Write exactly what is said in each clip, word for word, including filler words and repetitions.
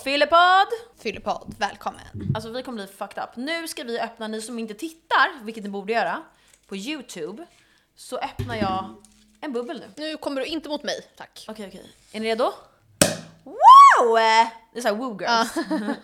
Fyllepodd! Fyllepodd, välkommen. Alltså vi kommer bli fucked up. Nu ska vi öppna, ni som inte tittar, vilket ni borde göra, på YouTube. Så öppnar jag en bubbel nu. Nu kommer du inte mot mig, tack. Okej, okej. Är ni redo? Wow! Det är såhär woo girls.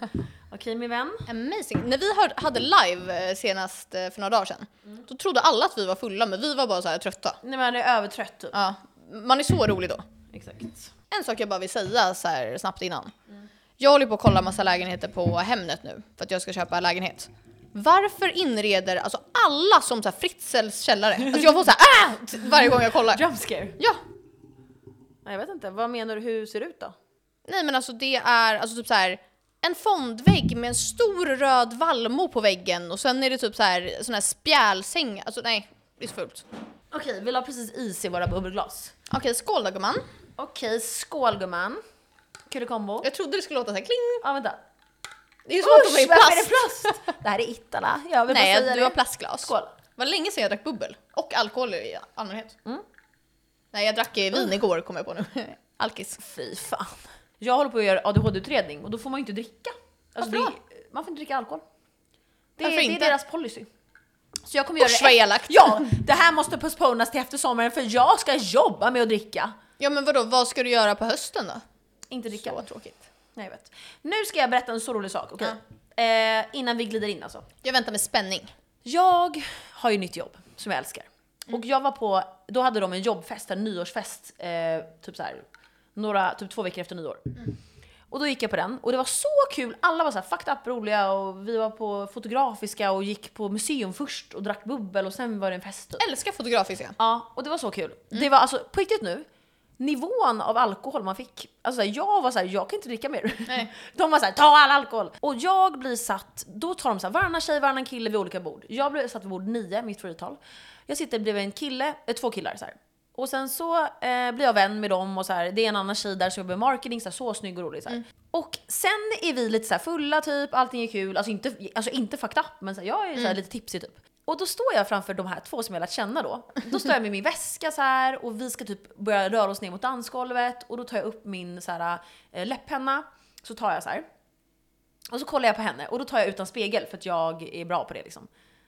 Okej, min vän. Amazing. När vi hade live senast för några dagar sedan, mm. då trodde alla att vi var fulla, men vi var bara så här trötta. Nej, man är övertrött typ. Ja, man är så rolig då. Exakt. En sak jag bara vill säga så här snabbt innan. Mm. Jag håller på att kolla massa lägenheter på Hemnet nu för att jag ska köpa lägenhet. Varför inreder alltså alla som så här Fritzels källare? Alltså jag får så här äh! varje gång jag kollar. Jump scare. Ja. Nej, jag vet inte. Vad menar du? Hur ser det ut då? Nej, men alltså det är alltså typ så här en fondvägg med en stor röd vallmo på väggen och sen är det typ så här sån här spjälsäng. Alltså nej, det är så fult. Okej, vi la precis is i våra bubbelglas. Okej, skål då gumman. Okej, skål gumman. Kul kombo. Jag trodde det skulle låta så här kling. Ja, vänta. Det är ju som att de är i plast. Är det plast? Det här är Itala. Jag vill Nej, bara säga du det. har plastglas. Skål. Var länge sedan jag drack bubbel. Och alkohol i allmänhet. Mm. Nej, jag drack vin mm. igår, kom jag på nu. Alkis. Fy fan. Jag håller på att göra A D H D-utredning och då får man ju inte dricka. Alltså det, man får inte dricka alkohol. Det, Varför det inte? är deras policy. Så jag kommer göra Usch, det. vad elakt. Ja, det här måste postponas till efter sommaren för jag ska jobba med att dricka. Ja, men vadå? Vad ska du göra på hösten då? Inte dricka. Så tråkigt. Nej, jag vet. Nu ska jag berätta en så rolig sak, okej? Okay? Ja. Eh, innan vi glider in alltså. Jag väntar med spänning. Jag har ju nytt jobb som jag älskar. Mm. Och jag var på, då hade de en jobbfest, en nyårsfest, eh, typ så här, några, typ två veckor efter nyår. Mm. Och då gick jag på den och det var så kul. Alla var så här fucked up roliga och vi var på Fotografiska och gick på museum först och drack bubbel och sen var det en fest. Typ. Älskar Fotografiska. Ja, och det var så kul. Mm. Det var alltså på riktigt nu. Nivån av alkohol man fick. Alltså jag var så här, jag kan inte dricka mer. Nej. De var så här, ta all alkohol. Och jag blir satt, då tar de så här, varannan tjej, varannan kille vid olika bord. Jag blev satt vid bord nio, mitt frital. Jag sitter bredvid en kille, äh, två killar så här. Och sen så eh, blir jag vän med dem och så här, det är en annan tjej där som jobbar med marketing, så, här, så snygg och rolig så här. Mm. Och sen är vi lite så här fulla typ, allting är kul, alltså inte, alltså inte fucked up, men så här, jag är så här, mm. lite tipsig typ. Och då står jag framför de här två som jag lärt känna då. Då står jag med min väska så här och vi ska typ börja röra oss ner mot dansgolvet och då tar jag upp min så här äh, läpppenna, så tar jag så här. Och så kollar jag på henne och då tar jag utan spegel för att jag är bra på det liksom.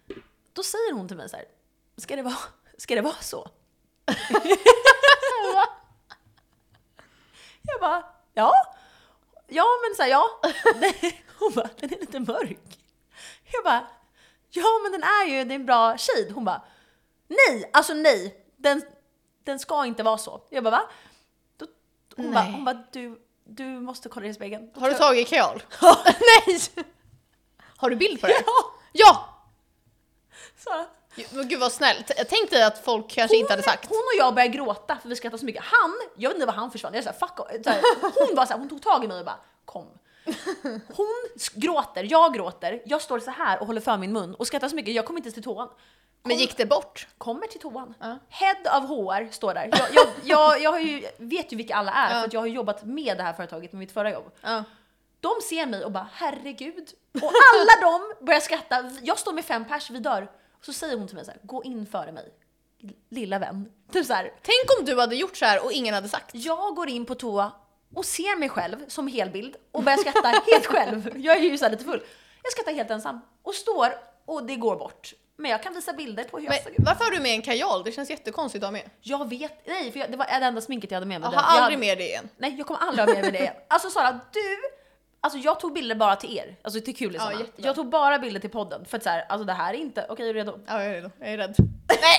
Då säger hon till mig så här: "Ska det vara ska det vara så?" Jag bara, ja. Ja, men så här, ja. Hon bara, den är lite mörk. Jag bara, ja, men den är ju, det är en bra shade. Hon bara, nej, alltså nej. Den, den ska inte vara så. Jag bara, va? Då, hon, bara, hon bara, du, du måste kolla i spegeln. Har du tagit kajal? Nej! Har du bild på det? Ja! Ja! Så. Men gud vad snällt. Jag tänkte att folk kanske hon, inte hade sagt. Hon och jag började gråta för vi skrattade så mycket. Han, jag vet inte vad han försvann. Jag sa fuck off. Så här, hon var så här, hon tog tag i mig och bara, kom. Hon gråter, jag gråter. Jag står så här och håller för min mun och skrattar så mycket. Jag kommer inte till toan. Kom, men gick det bort? Kommer till toan. Uh. Head of H R står där. Jag, jag, jag, jag har ju, vet ju vilka alla är uh. för att jag har jobbat med det här företaget med mitt förra jobb. Uh. De ser mig och bara, herregud. Och alla de börjar skratta. Jag står med fem pers, vi dör. Så säger hon till mig så här, gå in före mig, lilla vän. Typ så här. Tänk om du hade gjort så här och ingen hade sagt. Jag går in på toa och ser mig själv som helbild och börjar skratta helt själv. Jag är ju så här lite full. Jag skrattar helt ensam och står och det går bort. Men jag kan visa bilder på hur jag ser ut. Varför har du med en kajal? Det känns jättekonstigt att ha med. Jag vet, nej, för jag, det var det enda sminket jag hade med mig. Jag har aldrig jag, med det igen. Nej, jag kommer aldrig ha med mig det igen. Alltså Sara, du... Alltså jag tog bilder bara till er. Alltså till kul liksom. Ja, jag tog bara bilder till podden. För att så här, alltså det här är inte... Okej, okay, är du redo? Ja, jag är redo. Jag är rädd. Nej!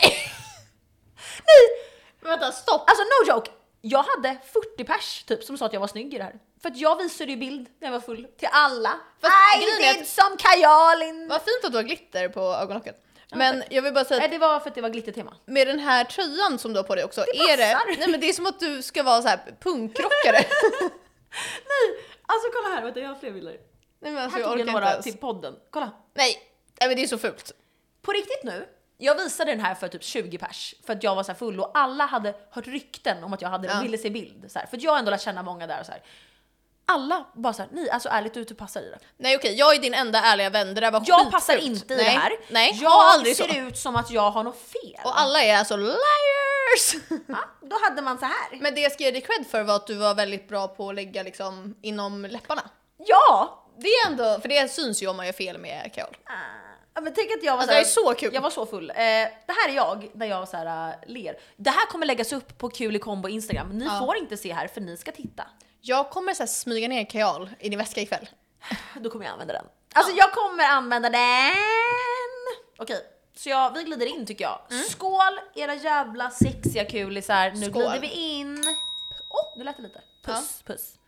Nej! Men vänta, stopp! Alltså no joke! Jag hade fyrtio pers typ som sa att jag var snygg i det här. För att jag visade ju bild när jag var full till alla. Fast I did some kajalin. Vad fint att du har glitter på ögonlocket. Men jag vill bara säga att, nej, det var för att det var glittertema. Med den här tröjan som du har på dig också, det är det... Nej, men det är som att du ska vara så här punkrockare. Nej, alltså kolla här, vet du, jag har fler bilder. Nej, men alltså, här jag tog jag orkar några inte till podden. Kolla. Nej, nej, men det är så fult. På riktigt nu, jag visade den här för typ tjugo pers. För att jag var så här full och alla hade hört rykten om att jag hade, ja. ville se bild. Så här. För att jag ändå lär känna många där och så här. Alla bara såhär, nej alltså ärligt du, du passar i det. Nej okej, jag är din enda ärliga vän, det där var jag skitfult. Passar inte i nej, det här. Nej, jag aldrig ser så. ut som att jag har något fel. Och alla är alltså liars. Ja, då hade man så här. Men det jag ska ge dig cred för var att du var väldigt bra på att lägga liksom inom läpparna. Ja! Det är ändå, för det syns ju om man gör fel med kajal. Ja, men tänk att jag var Alltså, så här, det är så kul. Jag var så full. Eh, det här är jag när jag så här, uh, ler. Det här kommer läggas upp på Kul i Kombo Instagram. Ni Ja. får inte se här för ni ska titta. Jag kommer så här smyga ner kajal i din väska ikväll. Då kommer jag använda den. Alltså jag kommer använda den. Okej, så jag, vi glider in tycker jag. Mm. Skål era jävla sexiga kulisar. Nu Skål. glider vi in. Åh, oh, nu lät det lite. Puss, ja. Puss.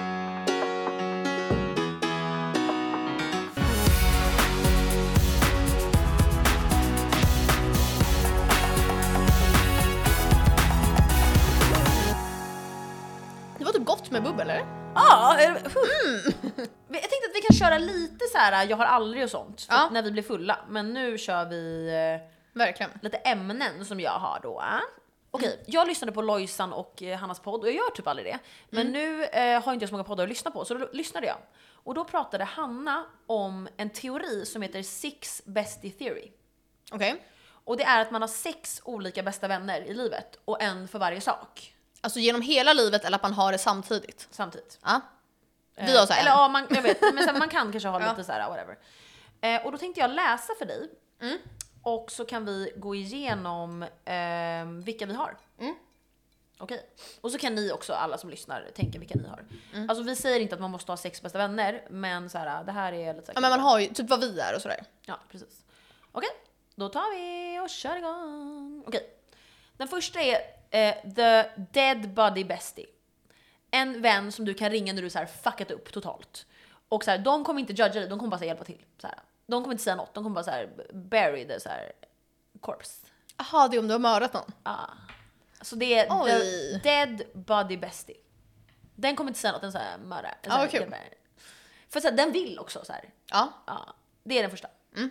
Det var typ gott med bubbel, eller? Ja, mm. Jag tänkte att vi kan köra lite så här. Jag har aldrig och sånt ja. när vi blir fulla. Men nu kör vi verkligen lite ämnen som jag har då. Okej, mm. jag lyssnade på Lojsan och Hannas podd och jag gör typ aldrig det. Men mm. nu eh, har inte jag så många poddar att lyssna på, så då lyssnade jag. Och då pratade Hanna om en teori som heter Six Bestie Theory. Okej. Okay. Och det är att man har sex olika bästa vänner i livet och en för varje sak. Alltså genom hela livet eller att man har det samtidigt? Samtidigt. Ja. Vi har så här. Eller ja, man, jag vet, men sen, man kan kanske ha lite ja. så här, whatever. Eh, och då tänkte jag läsa för dig. Mm. Och så kan vi gå igenom eh, vilka vi har. Mm. Okej. Okay. Och så kan ni också, alla som lyssnar, tänka vilka ni har. Mm. Alltså vi säger inte att man måste ha sex bästa vänner, men så här, det här är lite så här. Ja, men man har ju typ vad vi är och sådär. Ja, precis. Okej, okay. Då tar vi och kör igång. Okej. Okay. Den första är eh, the dead body bestie. En vän som du kan ringa när du så här fuckat upp totalt. Och så här, de kommer inte judga dig, de kommer bara så här, hjälpa till. Så här. De kommer inte säga något, de kommer bara så här bury the så här corpse. Jaha, det är om du har mördat någon? Ja. Ah. Så det är Oj. the dead body bestie. Den kommer inte säga något, den så här mörda. Ja, ah, kul. För så här, den vill också så här. Ja. Ja. Det är den första. Mm.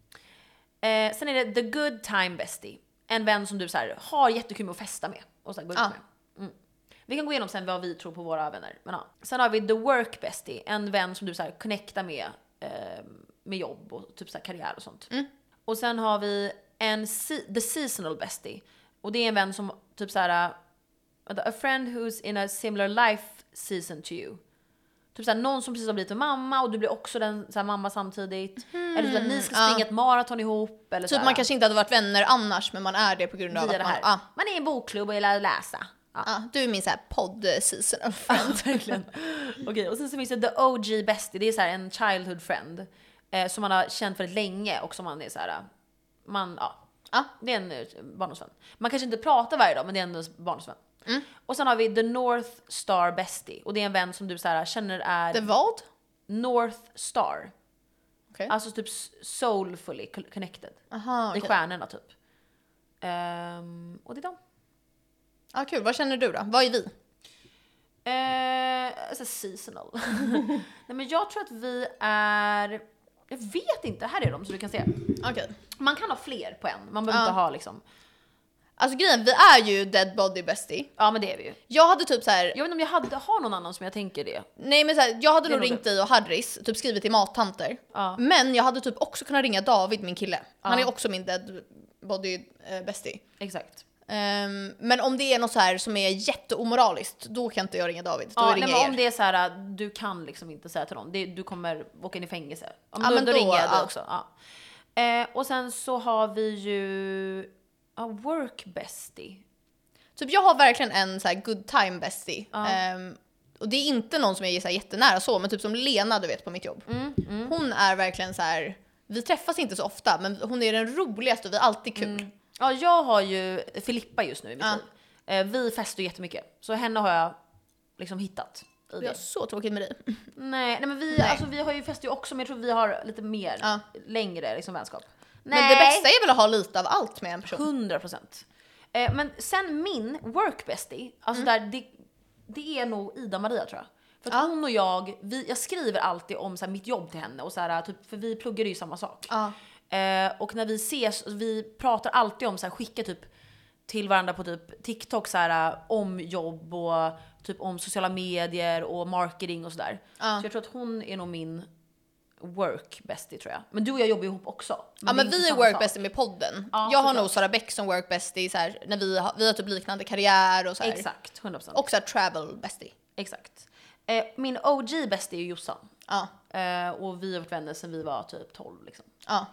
Eh, sen är det the good time bestie. En vän som du så här, har jättekul med att festa med. Och så här, gå ut ja. med. Mm. Vi kan gå igenom sen vad vi tror på våra vänner. Men, ja. Sen har vi the work bestie. En vän som du så här, connectar med. Eh, med jobb och typ så här, karriär och sånt. Mm. Och sen har vi en the seasonal bestie. Och det är en vän som typ så här, a friend who's in a similar life season to you. Typ så här, någon som precis har blivit en mamma och du blir också den så här, mamma samtidigt. Mm. Eller så här, ni ska springa ja. ett maraton ihop. Eller typ så man kanske inte hade varit vänner annars, men man är det på grund av Via att man... Ja. Man är i en bokklubb och gillar att läsa. Ja. Ja, du är min så här podd-seasonal friend. Ja, verkligen. Okej, okay, och sen så finns det the O G bestie. Det är så här en childhood friend. Eh, som man har känt väldigt länge och som man är så här... Man, ja. Ja, det är en barndomsvän. Man kanske inte pratar varje dag, men det är ändå en barndomsvän. Mm. Och sen har vi the North Star bestie. Och det är en vän som du så här, känner är... The vad? North Star. Okay. Alltså typ soulfully connected. Aha, okay. I stjärnorna typ. Um, och det är de. Ja, ah, kul. Vad känner du då? Vad är vi? Uh, alltså seasonal. Nej, men jag tror att vi är... Jag vet inte, här är de så du kan se. Okay. Man kan ha fler på en. Man behöver uh. inte ha liksom... Alltså grejen, vi är ju dead body bestie. Ja, men det är vi ju. Jag hade typ så här. Jag vet inte om jag hade har någon annan som jag tänker det. Nej, men så här, jag hade nog ringt dig och Harris, typ skrivit till mattanter. Ja. Men jag hade typ också kunnat ringa David, min kille. Ja. Han är också min dead body uh, bestie. Exakt. Um, men om det är något så här som är jätteomoraliskt, då kan inte jag ringa David. Då ja, ringer nej, men er. om det är så här, du kan liksom inte säga till någon. Det, du kommer åka in i fängelse. Om ja, då, men då, då ringer jag ja. dig också. Ja. Eh, och sen så har vi ju ja, work bestie. Typ jag har verkligen en så här good time bestie. Ja. Um, och det är inte någon som är så här jättenära så, men typ som Lena, du vet, på mitt jobb. Mm, mm. Hon är verkligen så här. Vi träffas inte så ofta, men hon är den roligaste och vi är alltid kul. Mm. Ja, jag har ju Filippa just nu i mitt ja. liv. Eh, vi festar jättemycket. Så henne har jag liksom hittat. I det är så tråkigt med dig. Nej, nej men vi, nej. Alltså, vi har ju festat ju också, men jag tror vi har lite mer, ja. längre liksom, vänskap. Nej. Men det bästa är väl att ha lite av allt med en person. hundra procent. Eh, men sen min work bestie, alltså mm. där, det, det är nog Ida-Maria tror jag. För att ja. hon och jag, vi, jag skriver alltid om så här, mitt jobb till henne. Och så här, typ, för vi pluggar ju samma sak. Ja. Eh, och när vi ses, vi pratar alltid om så här, skicka typ till varandra på typ TikTok så här, om jobb och typ om sociala medier och marketing och sådär. Ja. Så jag tror att hon är nog min work bestie tror jag. Men du och jag jobbar ihop också. Men ja, men vi är work bestie med podden. Ja, jag har nog Sara Bäck som work bestie så här, när vi har, vi har typ liknande karriär och så här. Exakt, hundra procent. Och så här travel bestie. Exakt. Eh, min O G bestie är Jossan. Ja. Uh, och vi har varit vänner sedan vi var typ tolv liksom. Ja.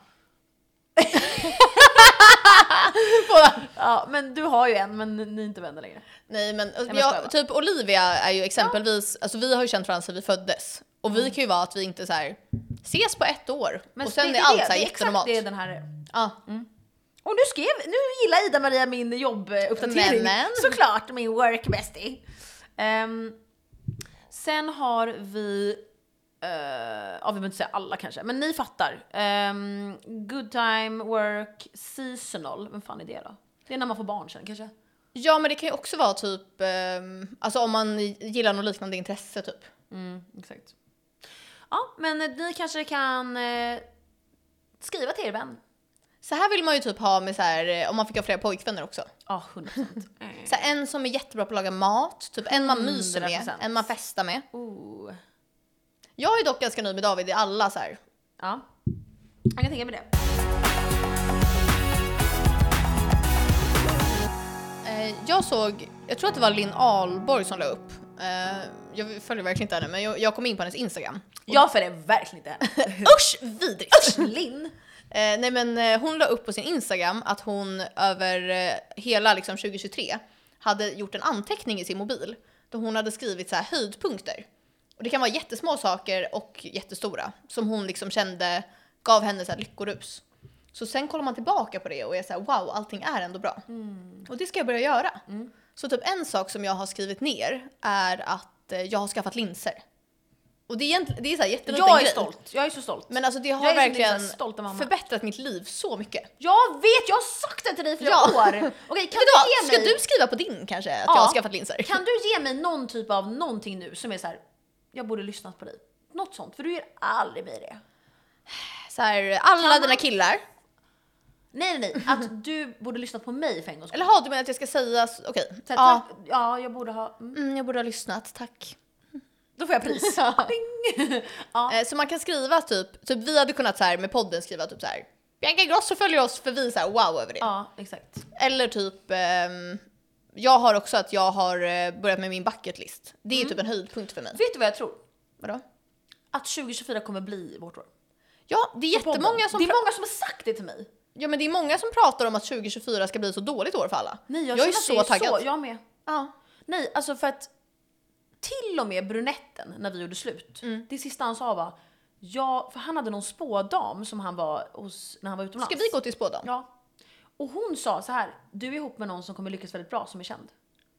Ja, men du har ju en, men ni är inte vänner längre. Nej, men jag, jag, typ Olivia är ju exempelvis, ja. Alltså vi har ju känt varandra sedan vi föddes. Och mm. vi kan ju vara att vi inte så här ses på ett år. Men och sen det, är allt det, så här jättenormalt. Det är den här. Ja. Mm. Och nu skrev, nu gillar Ida-Maria min jobbuppdatering. Men. Såklart, min work bestie. Um, sen har vi, uh, ja vi behöver inte säga alla kanske, men ni fattar. Um, good time, work, seasonal. Vem fan är det då? Det är när man får barn sen kanske. Ja, men det kan ju också vara typ, um, alltså om man gillar något liknande intresse typ. Mm, exakt. Ja, men ni kanske kan uh, skriva till er vän. Så här vill man ju typ ha med så här, om man fick ha flera pojkvänner också. Ja, oh, hundra procent. Mm. Så här, en som är jättebra på att laga mat, typ en man myser med, hundra procent. En man festar med. Oh. Jag är dock ganska nöjd med David i alla så här. Ja, jag kan tänka mig det. Eh, jag såg, jag tror att det var Linn Ahlborg som la upp. Eh, jag följer verkligen inte henne, men jag, jag kom in på hennes Instagram. Jag följer verkligen inte henne. Usch, vidrigt! Usch, Linn! Eh, nej men eh, hon la upp på sin Instagram att hon över eh, hela liksom tjugo tjugotre hade gjort en anteckning i sin mobil då hon hade skrivit så här höjdpunkter. Och det kan vara jättesmå saker och jättestora som hon liksom kände gav henne så här lyckorus. Så sen kollar man tillbaka på det och är så här, wow, allting är ändå bra. Mm. Och det ska jag börja göra. Mm. Så typ en sak som jag har skrivit ner är att eh, jag har skaffat linser. Och det är, egentligen, det är så här jätteliten jag är grej. stolt, jag är så stolt. Men alltså det har jag verkligen förbättrat mitt liv så mycket. Jag vet, jag har sagt det till dig flera ja. år. Okej, kan du du ge ska mig... du skriva på din kanske att ja. jag har skaffat linser? Kan du ge mig någon typ av någonting nu som är så här, jag borde lyssnat på dig. Något sånt, för du ger aldrig mig det. Så här, alla kan dina man... killar. Nej, nej, nej. Att du borde lyssnat på mig för en gång. Eller har du med att jag ska säga, okej. Okay. Ja. ja, jag borde ha... Mm. Mm, jag borde ha lyssnat, tack. Då får jag pris. Ja. Så man kan skriva typ, typ vi hade kunnat så här med podden skriva typ så här. Bianca Ingrosso följer oss för vi är så här wow över det. Ja, exakt. Eller typ, um, jag har också att jag har börjat med min bucket list. Det är mm. typ en höjdpunkt för mig. Vet du vad jag tror? Vadå? Att tjugo tjugofyra kommer bli vårt år. Ja, det är jättemånga som... Det är många som har sagt det till mig. Ja, men det är många som pratar om att tjugo tjugofyra ska bli så dåligt år för alla. Nej, jag, jag är så är taggad. Så, jag med. Ja. Nej, alltså för att till och med brunetten när vi gjorde slut. Mm. Det sista han sa var ja, för han hade någon spådam som han var hos när han var utomlands. Ska vi gå till spådam? Ja. Och hon sa så här: du är ihop med någon som kommer lyckas väldigt bra som är känd.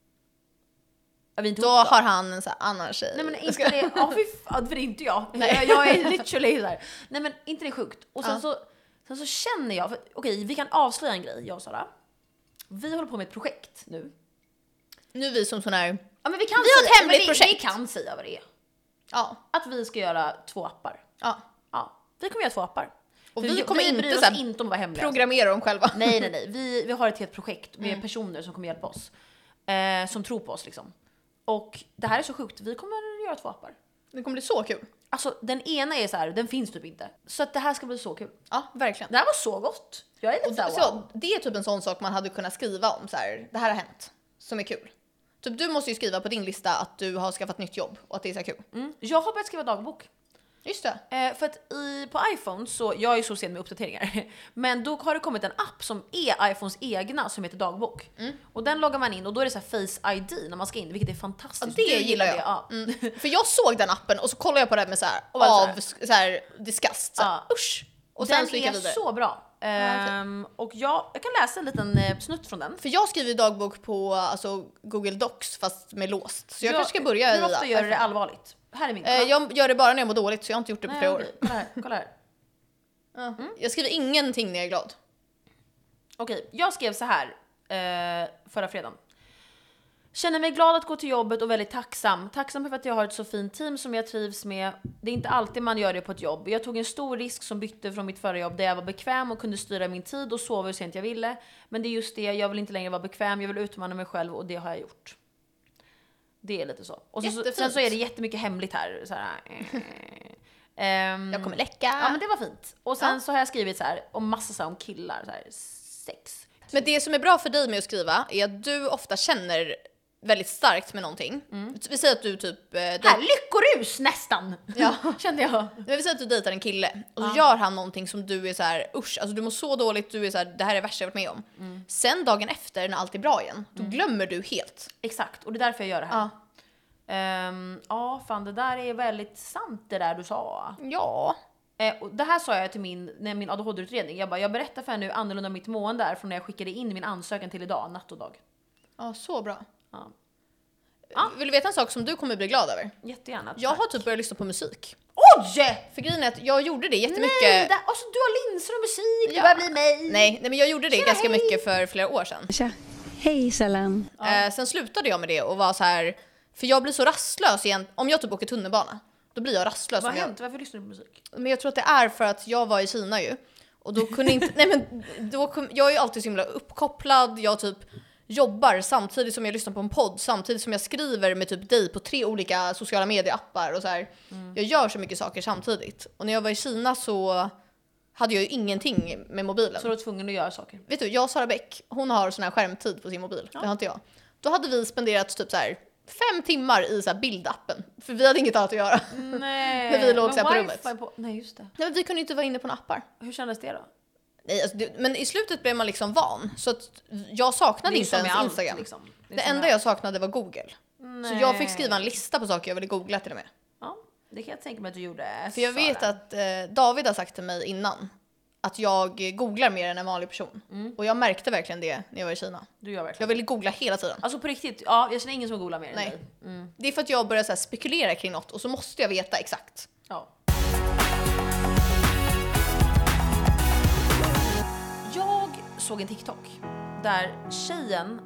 Är vi inte då, då har han en så här annan tjej. Nej men inte det. Ja, för, för det är inte jag. Nej. Jag, jag är literally där. Nej men inte det är sjukt. Och sen ja. så sen så känner jag för, okej, vi kan avslöja en grej jag och Sara. Vi håller på med ett projekt nu. Nu är vi som sån här. Ja, men vi kan vi har ett hemligt vi, projekt. Vi kan säga vad det är. Ja. Att vi ska göra två appar. Ja. Ja. Vi kommer göra två appar. Och vi, vi kommer vi inte, så här, inte om att vara hemliga. Programmera dem själva. Nej, nej, nej. Vi, vi har ett helt projekt med mm. personer som kommer hjälpa oss. Eh, som tror på oss liksom. Och det här är så sjukt. Vi kommer göra två appar. Det kommer bli så kul. Alltså den ena är så här, den finns typ inte. Så att det här ska bli så kul. Ja, verkligen. Det här var så gott. Jag är lite och så, så wow. Det är typ en sån sak man hade kunnat skriva om så här. Det här har hänt. Som är kul. Typ du måste ju skriva på din lista att du har skaffat nytt jobb och att det är så kul. Mm. Jag har börjat skriva dagbok. Just det. Eh, för att i, på iPhone så, jag är så sen med uppdateringar. Men då har det kommit en app som är iPhones egna som heter dagbok. Mm. Och den loggar man in och då är det så här Face I D när man ska in, vilket är fantastiskt. Ja, det du gillar jag. Det, ja. Mm. För jag såg den appen och så kollade jag på det med så här, av så här disgust. Så här, ja. Usch. Och sen den så gick jag är vidare. Så bra. Um, och jag, jag kan läsa en liten eh, snutt från den. För jag skriver dagbok på alltså, Google Docs fast med låst. Så jag, jag kanske ska börja Hur ofta gör du det allvarligt? Här är min. Eh, jag gör det bara när jag mår dåligt så jag har inte gjort det på Nej, flera okay. år. Kolla här, kolla här. Mm. Jag skriver ingenting när jag är glad. Okej, okay, jag skrev så här eh, förra fredagen. Känner mig glad att gå till jobbet och väldigt tacksam. Tacksam för att jag har ett så fint team som jag trivs med. Det är inte alltid man gör det på ett jobb. Jag tog en stor risk som bytte från mitt förra jobb där jag var bekväm och kunde styra min tid och sova hur sent jag ville. Men det är just det, jag vill inte längre vara bekväm. Jag vill utmana mig själv och det har jag gjort. Det är lite så. Och så, sen så är det jättemycket hemligt här. Så här eh, um, jag kommer läcka. Ja, men det var fint. Och sen ja. så har jag skrivit så här om massa så här, om killar. Så här, sex. Men det som är bra för dig med att skriva är att du ofta känner väldigt starkt med någonting. Mm. Vi säger att du typ... Eh, här, lyckorus nästan! Ja. Kände jag. Vi säger att du dejtar en kille och så ah. gör han någonting som du är så här, usch, alltså du mår så dåligt, du är så här, det här är det värsta jag varit med om. Mm. Sen dagen efter när allt är bra igen, då mm. glömmer du helt. Exakt, och det är därför jag gör det här. Ja, um, ja fan det där är väldigt sant det där du sa. Ja. Eh, och det här sa jag till min, när min A D H D-utredning. Jag bara, jag berättar för henne hur annorlunda mitt mående är från när jag skickade in min ansökan till idag, natt och dag. Ja, så bra. Ja. Ja. Vill du veta en sak som du kommer bli glad över? Jättegärna. Tack. Jag har typ börjat lyssna på musik. Oj! För grejen är att jag gjorde det jättemycket. Nej, det, alltså du har linser och musik, ja. Du börjar bli mig. Nej, nej, men jag gjorde det Tja, ganska hej. mycket för flera år sedan. Tja. Hej, salam. Ja. Eh, sen slutade jag med det och var så här, för jag blir så rastlös igen. Om jag typ åker tunnelbana, då blir jag rastlös. Vad har hänt? Jag... Varför lyssnar du på musik? Men jag tror att det är för att jag var i Kina ju. Och då kunde inte, nej men då kom, jag är ju alltid så himla uppkopplad. Jag typ jobbar samtidigt som jag lyssnar på en podd, samtidigt som jag skriver med typ dig på tre olika sociala medieappar och så här. Mm. Jag gör så mycket saker samtidigt. Och när jag var i Kina så hade jag ju ingenting med mobilen. Så du var tvungen att göra saker? Vet du, jag och Sara Bäck, hon har sån här skärmtid på sin mobil. Ja. Det har inte jag. Då hade vi spenderat typ så här fem timmar i så här bildappen. För vi hade inget annat att göra. Nej. När vi låg så här på rummet. På... Nej, just det. Nej, men vi kunde inte vara inne på några appar. Hur kändes det då? Nej, alltså det, men i slutet blev man liksom van. Så att jag saknade inte ens allt, Instagram. Liksom. Det, det enda jag saknade var Google. Nej. Så jag fick skriva en lista på saker jag ville googla till och med. Ja, det kan jag tänka mig att du gjorde. För jag vet att eh, David har sagt till mig innan att jag googlar mer än en vanlig person. Mm. Och jag märkte verkligen det när jag var i Kina. Du gör verkligen. Jag ville googla hela tiden. Alltså på riktigt, ja, jag känner ingen som googlar mer än Nej. dig. Mm. Det är för att jag börjar så här spekulera kring något och så måste jag veta exakt. Ja. Jag såg en TikTok där tjejen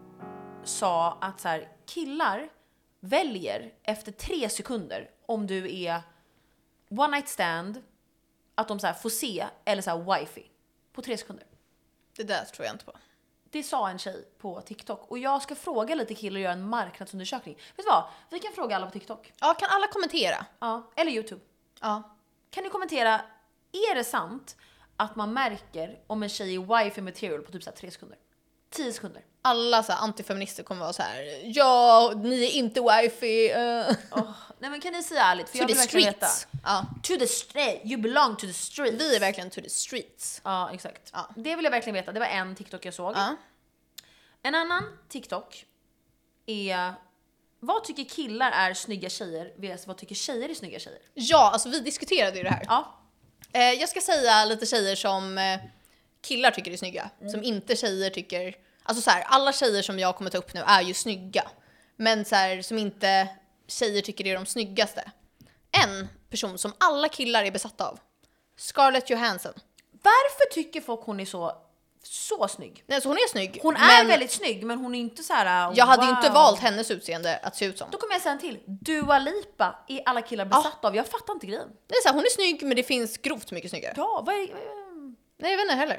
sa att så här, killar väljer efter tre sekunder om du är one night stand, att de så här får se, eller så här wifi på tre sekunder. Det där tror jag inte på. Det sa en tjej på TikTok. Och jag ska fråga lite killar och göra en marknadsundersökning. Vet du vad? Vi kan fråga alla på TikTok. Ja, kan alla kommentera? Ja, eller YouTube. Ja. Kan ni kommentera, är det sant att man märker om en tjej är wifi material på typ så här tre sekunder? tio sekunder. Alla så här antifeminister kommer vara så här: ja, ni är inte wifi. Uh. Oh, nej men kan ni säga ärligt? För to jag vill the verkligen streets. veta. Ja. To the street. You belong to the streets. Vi är verkligen to the streets. Ja, exakt. Ja. Det vill jag verkligen veta. Det var en TikTok jag såg. Ja. En annan TikTok är: vad tycker killar är snygga tjejer versus vad tycker tjejer är snygga tjejer? Ja, alltså vi diskuterade ju det här. Ja. Eh, jag ska säga lite tjejer som eh, killar tycker är snygga. Mm. Som inte tjejer tycker... Alltså så här, alla tjejer som jag kommer ta upp nu är ju snygga. Men så här, som inte tjejer tycker är de snyggaste. En person som alla killar är besatta av. Scarlett Johansson. Varför tycker folk hon är så så snygg? Nej, så hon är snygg. Hon är väldigt snygg, men hon är inte så här. Jag hade wow. ju inte valt hennes utseende att se ut som. Då kommer jag säga en till. Dua Lipa är alla killar besatta ja. av. Jag fattar inte grejen. Det är så här, hon är snygg, men det finns grovt mycket snyggare. Ja, vad är... Nej, jag vet inte heller.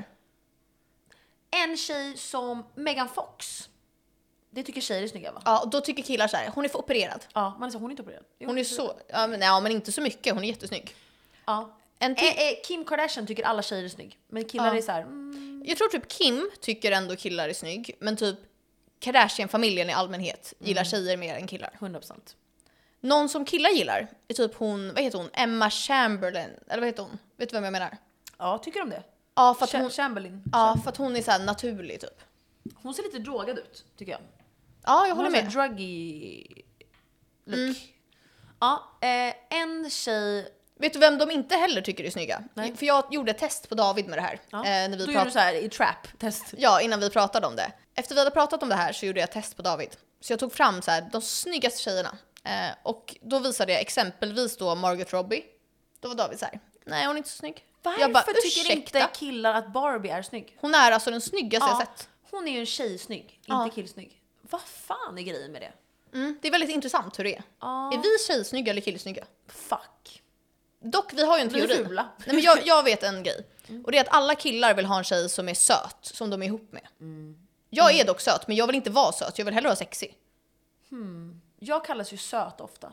En tjej som Megan Fox. Det tycker tjejer är snygga, va? Ja, och då tycker killar så här, hon är för opererad. Ja, man är så, hon är inte opererad. Jo, hon är så, ja men, ja men inte så mycket, hon är jättesnygg. Ja. En till... eh, eh, Kim Kardashian tycker alla tjejer är snygg. Men killar ja. är så här. Mm. Jag tror typ Kim tycker ändå killar är snygg, men typ Kardashian-familjen i allmänhet gillar mm. tjejer mer än killar. hundra procent. Någon som killar gillar är typ hon, vad heter hon? Emma Chamberlain, eller vad heter hon? Vet du vem jag menar? Ja, tycker de det? Ja, för att hon, Chamberlain. Ja, för att hon är så här naturlig typ. Hon ser lite drogad ut, tycker jag. Ja, jag håller med. Hon har druggy look. Mm. Ja, eh, en tjej... Vet du vem de inte heller tycker är snygga? Nej. För jag gjorde ett test på David med det här. Ja. Eh, när vi Då prat... gjorde du så här i trap-test. Ja, innan vi pratade om det. Efter vi hade pratat om det här så gjorde jag ett test på David. Så jag tog fram så här, de snyggaste tjejerna. Eh, och då visade jag exempelvis då Margot Robbie. Då var David så här: nej, hon är inte så snygg. Varför jag bara, tycker inte killar att Barbie är snygg? Hon är alltså den snyggaste ja, jag sett. Hon är ju en tjej snygg, ja. inte killsnygg. Vad fan är grejen med det? Mm, det är väldigt intressant hur det är. Ja. Är vi tjejsnygga eller killsnygga? Fuck. Dock, vi har ju en teori. Vi är fula. Nej, men jag, jag vet en grej. Mm. Och det är att alla killar vill ha en tjej som är söt, som de är ihop med. Mm. Jag är dock söt, men jag vill inte vara söt. Jag vill hellre vara sexy. Hmm. Jag kallas ju söt ofta.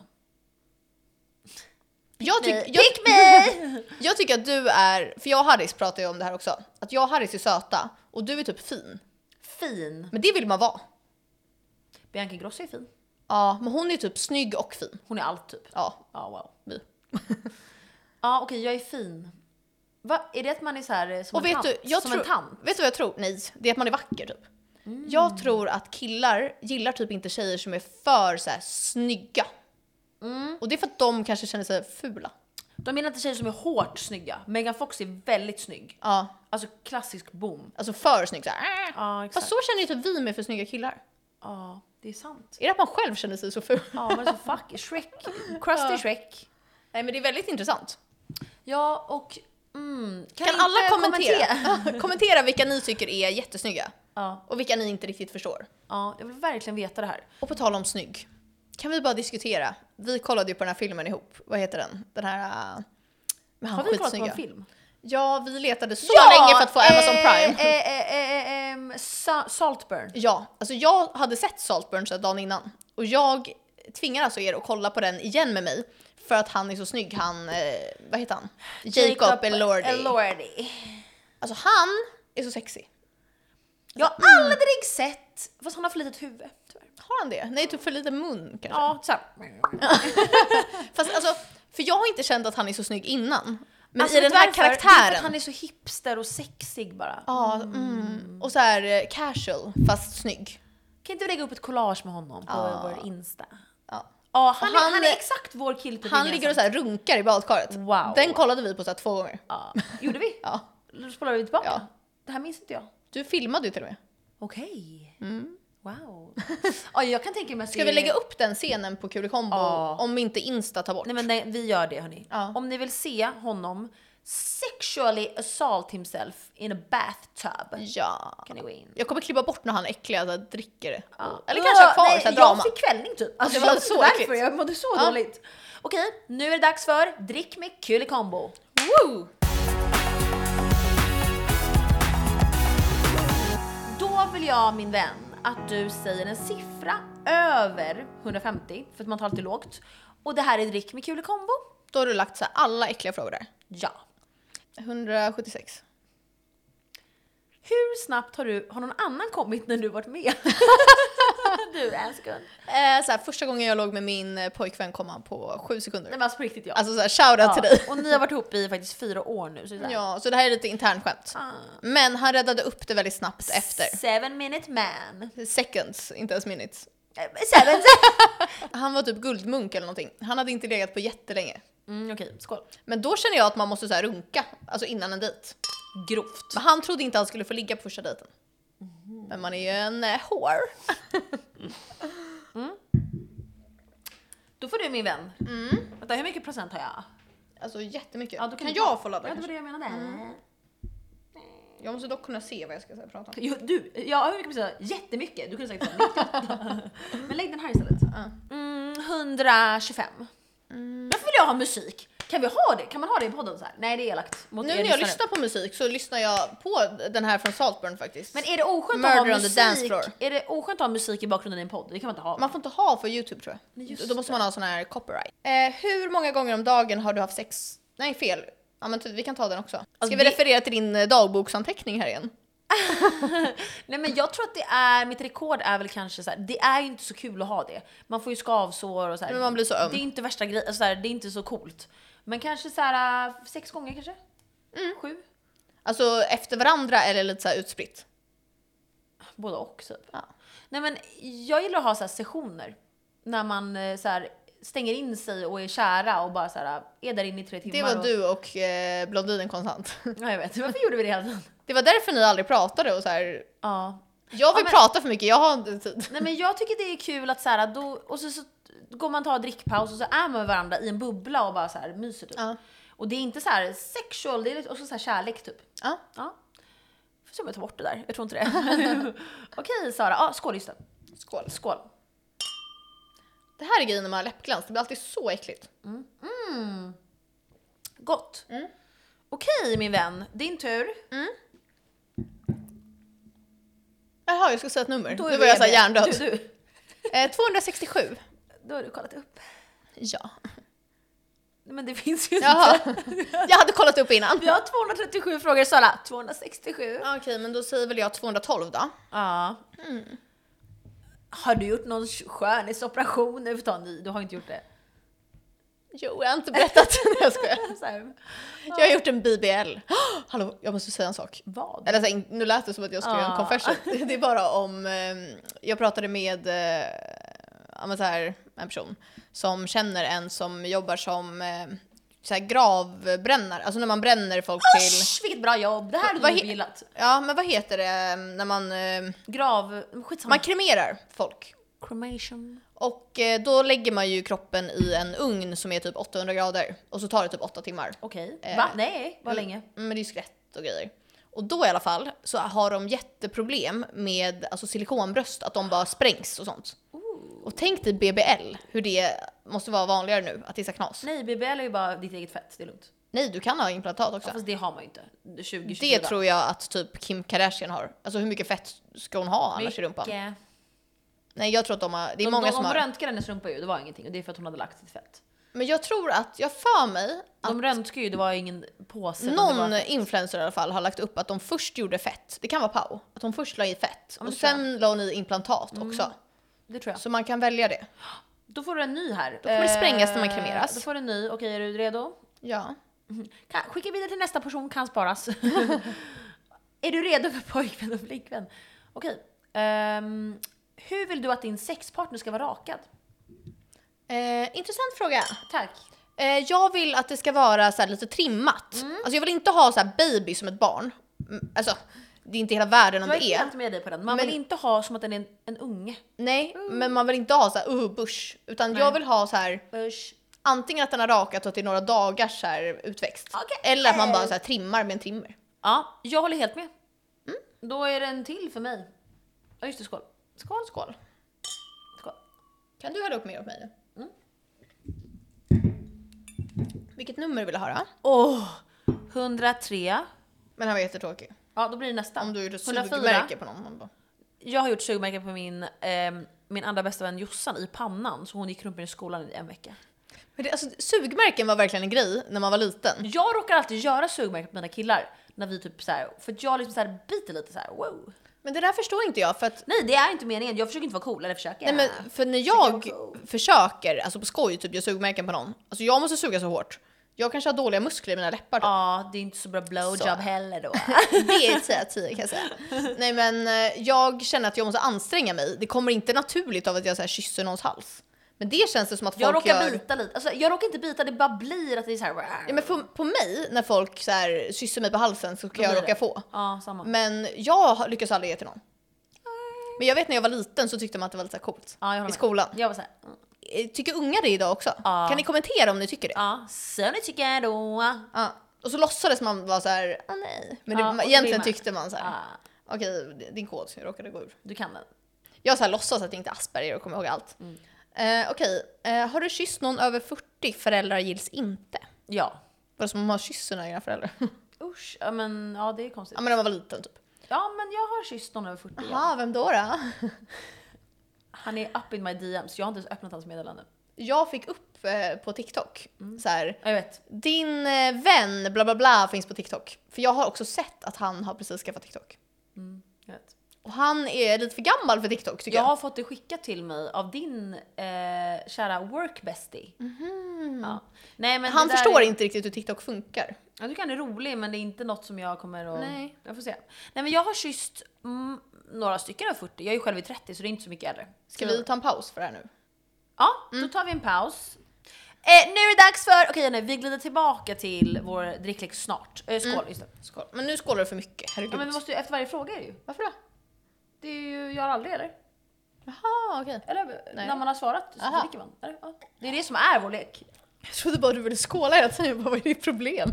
Jag, tyck, jag, Pick me! jag tycker att du är, för jag och Harris pratar ju om det här också, att jag och Harris är söta och du är typ fin. Fin? Men det vill man vara. Bianca Ingrosso är fin. Ja, men hon är typ snygg och fin. Hon är allt typ. Ja. Ja, wow. Vi. Ja, okej, jag är fin. Va? Är det att man är så här som, Och en, vet tant? du, jag som tror, en tant? vet du vad jag tror? Nej, det är att man är vacker typ. Mm. Jag tror att killar gillar typ inte tjejer som är för så här snygga. Mm. Och det är för att de kanske känner sig fula. De menar inte tjejer som är hårt snygga. Megan Fox är väldigt snygg. Ja. Alltså klassisk boom. Alltså för snygg så här. Ja, exakt. Fast så känner ju typ vi med för snygga killar. Ja, det är sant. Är det att man själv känner sig så ful? Ja, men så fuck Shrek. Krusty Ja. Shrek. Nej, men det är väldigt intressant. Ja, och mm, Kan, kan alla kommentera? Kommentera? kommentera vilka ni tycker är jättesnygga. Ja. Och vilka ni inte riktigt förstår. Ja, jag vill verkligen veta det här. Och på tal om snygg. Kan vi bara diskutera? Vi kollade ju på den här filmen ihop. Vad heter den? Den här... Uh, med han Har vi kollat på skitsnygga. en film? Ja, vi letade så Ja, länge för att få Amazon Prime. Eh, eh, eh, eh, eh, Sa- Saltburn. Ja, alltså jag hade sett Saltburn så här dagen innan. Och jag tvingar alltså er att kolla på den igen med mig. För att han är så snygg, han, eh, vad heter han? Jacob Elordi. Elordi. Alltså han är så sexy. Jag har aldrig sett, fast han har för litet huvud, tyvärr. Har han det? Nej, typ för lite mun kanske. Ja, så här. Fast alltså, för jag har inte känt att han är så snygg innan. Men Alltså, i den vet här du varför? Det är för karaktären. att han är så hipster och sexig bara. Ja, mm. Och så här eh, casual, fast snygg. Kan inte vi lägga upp ett collage med honom på Ja. vår Insta? Ja. Ja, han, Han är, han är är- exakt vår kille på Han ligger och så här runkar i badkaret. Wow. Den kollade vi på så här två gånger. Ja. Gjorde vi? Ja. Då spolade vi tillbaka. Ja. Det här minns inte jag. Du filmade ju till och med. Okej. Mm. Wow. Ja, jag kan tänka mig att Ska se- vi lägga upp den scenen på Kulikombo Ja. om inte Insta tar bort? Nej, men nej, vi gör det, hörni. Ja. Om ni vill se honom sexually assault himself in a bathtub, Ja. kan ni gå in. Jag kommer klippa bort när han är äcklig och dricker det. Ja. Eller kanske ha kvar Nej, så här jag drama. fick kvällning typ. Alltså, Det var jag, så därför, äckligt. jag mådde så Ja. dåligt. Okej, nu är det dags för Drick med Kulikombo. Woo! Då vill jag, min vän, att du säger en siffra över hundrafemtio, för att man tar alltid lågt. Och det här är Drick med Kulikombo. Då har du lagt så här alla äckliga frågor där. Ja. hundrasjuttiosex. Hur snabbt har du, har någon annan kommit när du varit med? Du är en sekund. Eh, så här, första gången jag låg med min eh, pojkvän kom han på sju sekunder. Nej, men alltså på riktigt, ja. Alltså så här, shoutout till dig. Och ni har varit ihop i faktiskt fyra år nu. Så det är så här. Ja, så det här är lite internskämt. Ah. Men han räddade upp det väldigt snabbt efter. Seven minute man. Seconds, inte ens minutes. Eh, Seven. Han var typ guldmunk eller någonting. Han hade inte legat på jättelänge. Mm, okej, skål. Men då känner jag att man måste så här runka, alltså innan en dejt. Grovt. Men han trodde inte han skulle få ligga på första dejten. Mm. Men man är ju en eh, whore. Då får du, min vän. Mm. Vänta, hur mycket procent har jag? Alltså jättemycket. Ja, då kan du jag ta- få ladda Ja, det var kanske? det jag menade. Jag måste dock kunna se vad jag ska säga, prata om. Jo, du, ja, hur mycket procent? Jättemycket. Du kunde säkert säga nittioåtta. Men lägg den här istället. Mm, hundratjugofem. Mm. Varför vill jag ha musik? Kan vi ha det? Kan man ha det i podden så här? Nej, det är elakt. Mot Nu er när jag lyssnare. lyssnar på musik så lyssnar jag på den här från Saltburn faktiskt. Men är det oskönt att ha Murder on the dance musik? floor. Är det oskönt att ha musik i bakgrunden i en podd? Det kan man inte ha. Man får inte ha för YouTube tror jag. Nej, just Då måste det. man ha sån här copyright. Eh, hur många gånger om dagen har du haft sex? Nej, fel. Ja, men vi kan ta den också. Ska Alltså, vi det- referera till din eh, dagboksanteckning här igen? Nej, men jag tror att det är, mitt rekord är väl kanske så här, det är ju inte så kul att ha det. Man får ju skavsår och så här. Men man blir så öm. Det är inte värsta grejen, alltså så här, det är inte så coolt. Men kanske så här äh, sex gånger kanske? Mm. Sju? Alltså efter varandra eller lite så här utspritt? Både och typ. Ja. Nej, men jag gillar att ha så här sessioner när man eh, så här stänger in sig och är kära och bara så här är där inne i tre timmar. Det var och... du och eh, blondinen konstant. Ja, jag vet. Varför gjorde vi det hela tiden? Det var därför ni aldrig pratade och så här. Ja. Jag vill Ja, men- prata för mycket, jag har inte tid. Nej, men jag tycker det är kul att så här, då, och så, så går man ta drickpaus och så är man med varandra i en bubbla och bara så här myser typ. Ja. Och det är inte så här sexual, det är lite, också så här kärlek typ. Ja. Ja. Får se om jag tar bort det där. Jag tror inte det. Okej, Sara. Ah, skål just det. Skål. Skål. Det här är grejen när man har läppglans, det blir alltid så äckligt. Gott. Mm. Okej, min vän. Din tur. Jaha, jag ska säga ett nummer. Då är Nu vi var jag så här med. hjärndöd. Du, du. Eh, tvåhundrasextiosju. Då har du kollat upp. Ja. Nej, men det finns ju Jaha. inte. Jag hade kollat upp innan. Vi har tvåhundratrettiosju frågor, Sara. tvåhundrasextiosju. Ja, okej, men då säger väl jag tvåhundratolv då. Ja. Har du gjort någon skönhetsoperation nu för ta ny? Du har inte gjort det. Jo, jag har inte berättat. Jag skojar. Så här. Jag har gjort en B B L. Oh, hallå, jag måste säga en sak. Vad? Eller så här, nu lät det som att jag skulle Ah. göra en confession. Det är bara om... Eh, jag pratade med eh, ja, men så här, en person som känner en som jobbar som eh, så här, gravbrännare. Alltså när man bränner folk till... Usch, vilket bra jobb! Det här hade Vad du he- gillat. Ja, men vad heter det när man... Eh, Grav... Skitsamma. man kremerar folk. Cremation. Och eh, då lägger man ju kroppen i en ugn som är typ åttahundra grader. Och så tar det typ åtta timmar. Okej. Eh, Va? Nej, vad Mm, länge? Men det är ju skelett och grejer. Och då i alla fall så har de jätteproblem med alltså silikonbröst, att de bara sprängs och sånt. Och tänk dig B B L, hur det måste vara vanligare nu, att det är så knas. Nej. Nej, B B L är ju bara ditt eget fett, det är lugnt. du kan ha implantat också. Ja, fast det har man ju inte. tjugo Det tjugofyra. tror jag att typ Kim Kardashian har. Alltså hur mycket fett ska hon ha annars i rumpan? Mycket. Nej, jag tror att de har, det är De, många de, som de har. röntgade hennes rumpa ju, det var ingenting. Och det är för att hon hade lagt sitt fett. Men jag tror att, jag för mig att De röntgade ju, det var ingen påse. utan någon det var... influencer i alla fall har lagt upp att de först gjorde fett. Det kan vara Pau. Att de först la i fett. men Och det tror sen la hon i implantat också. Det tror jag. Så man kan välja det. Då får du en ny här. Då får det sprängas när man Eh, kremeras. Då får du en ny. Okej, är du redo? Ja. Kan, skicka vidare till nästa person, kan sparas. Är du redo för pojkvän och flickvän? Okej. Ehm, hur vill du att din sexpartner ska vara rakad? Eh, intressant fråga. Tack. Eh, jag vill att det ska vara så här lite trimmat. Mm. Alltså jag vill inte ha så här baby som ett barn. Mm, Alltså, det är inte hela världen om Jag det är är. helt med dig på den. Man Men- vill inte ha som att den är en, en unge. Nej, men man vill inte ha så här uh, bush. Utan Nej. jag vill ha så här Usch. antingen att den har rakat och att det är några dagars så här utväxt. Okej. Eller att man bara så här trimmar med en trimmer. Ja, jag håller helt med. Då är det en till för mig. Ja, just det. Skål. Skål, skål. Skål. Kan du hälla upp mer åt mig nu? Mm. Vilket nummer vill du höra? Åh! hundratre. Men han var jättetråkig. Ja, då blir det nästa. Om du har gjort ett hundrafyra. sugmärke på någon. Man bara, Jag har gjort sugmärken på min, ehm, min andra bästa vän Jossan i pannan. Så hon gick runt med i skolan i en vecka. men det, alltså, sugmärken var verkligen en grej när man var liten. Jag råkar alltid göra sugmärken på mina killar. När vi typ så här, för att jag liksom så här biter lite så här. Wow. Men det där förstår inte jag för att Nej, det är inte meningen. Jag försöker inte vara cool, eller försöker. nej, men för när jag försöker, alltså på skoj, typ göra sugmärken på någon. Alltså jag måste suga så hårt. Jag kanske har dåliga muskler i mina läppar. Typ. Ja, det är inte så bra blowjob Så. heller då. Det är tio av tio kan jag säga. Nej men eh, jag känner att jag måste anstränga mig. Det kommer inte naturligt av att jag så här, kysser någons hals. Men det känns det som att folk Jag råkar gör... bita lite. Alltså, jag råkar inte bita, det bara blir att det är så här. Ja, men på, på mig, när folk så här, kysser mig på halsen så kan Då jag blir råka det. få. Ja, samma. Men jag har- lyckas aldrig ge till någon. Men jag vet när jag var liten så tyckte man att det var lite så här coolt. Ja, jag håller I med. skolan. Jag var så här. mm. Eh, Tycker unga det idag också? Ja. Kan ni kommentera om ni tycker det? Ja, så nu tycker jag då. Ja. Och så låtsades man vara så här, ah, nej. Men Ja, det, och så egentligen blir man- tyckte man så här, Ja, okej, din kod, jag råkade gå ur. du kan den. Jag så här låtsas att jag inte är Asperger och kommer ihåg allt. Mm. Eh, okej, eh, har du kysst någon över fyrtio? Föräldrar gills inte. Ja. Var det som om man har kysst sina egna föräldrar? Usch, ja men ja, det är konstigt. Ja men när man var liten typ. Ja, men jag har kysst någon över fyrtio. Ja. Jaha, vem då då? Han är up in my D Ms, jag har inte ens öppnat hans meddelande. Jag fick upp eh, på TikTok så här, Jag vet. din eh, vän bla bla bla finns på TikTok. För jag har också sett att han har precis skaffat TikTok. Mm, jag vet. Och han är lite för gammal för TikTok tycker Jag jag. har fått det skickat till mig av din eh, kära work bestie. Ja. Nej, men Han det där förstår är... inte riktigt hur TikTok funkar. Jag tycker han är rolig, men det är inte något som jag kommer att... Nej. Jag får se. Nej, men jag har kysst mm, några stycken över fyrtio. Jag är ju själv i trettio, så det är inte så mycket äldre. Ska Så- vi ta en paus för det här nu? Ja, då tar vi en paus. Eh, nu är det dags för... Okej, nej, vi glider tillbaka till vår dricklek snart. Eh, skål, just det. Skål. Men nu skålar du för mycket, herregud. Ja, men vi måste ju, efter varje fråga är det ju. Varför då? Det är ju, jag har aldrig, eller? Jaha, okej. Eller Nej. när man har svarat så Aha. dricker man. Eller? Ja. Det är det som är vår lek. Jag trodde bara du ville skåla hela tiden, vad är ditt problem?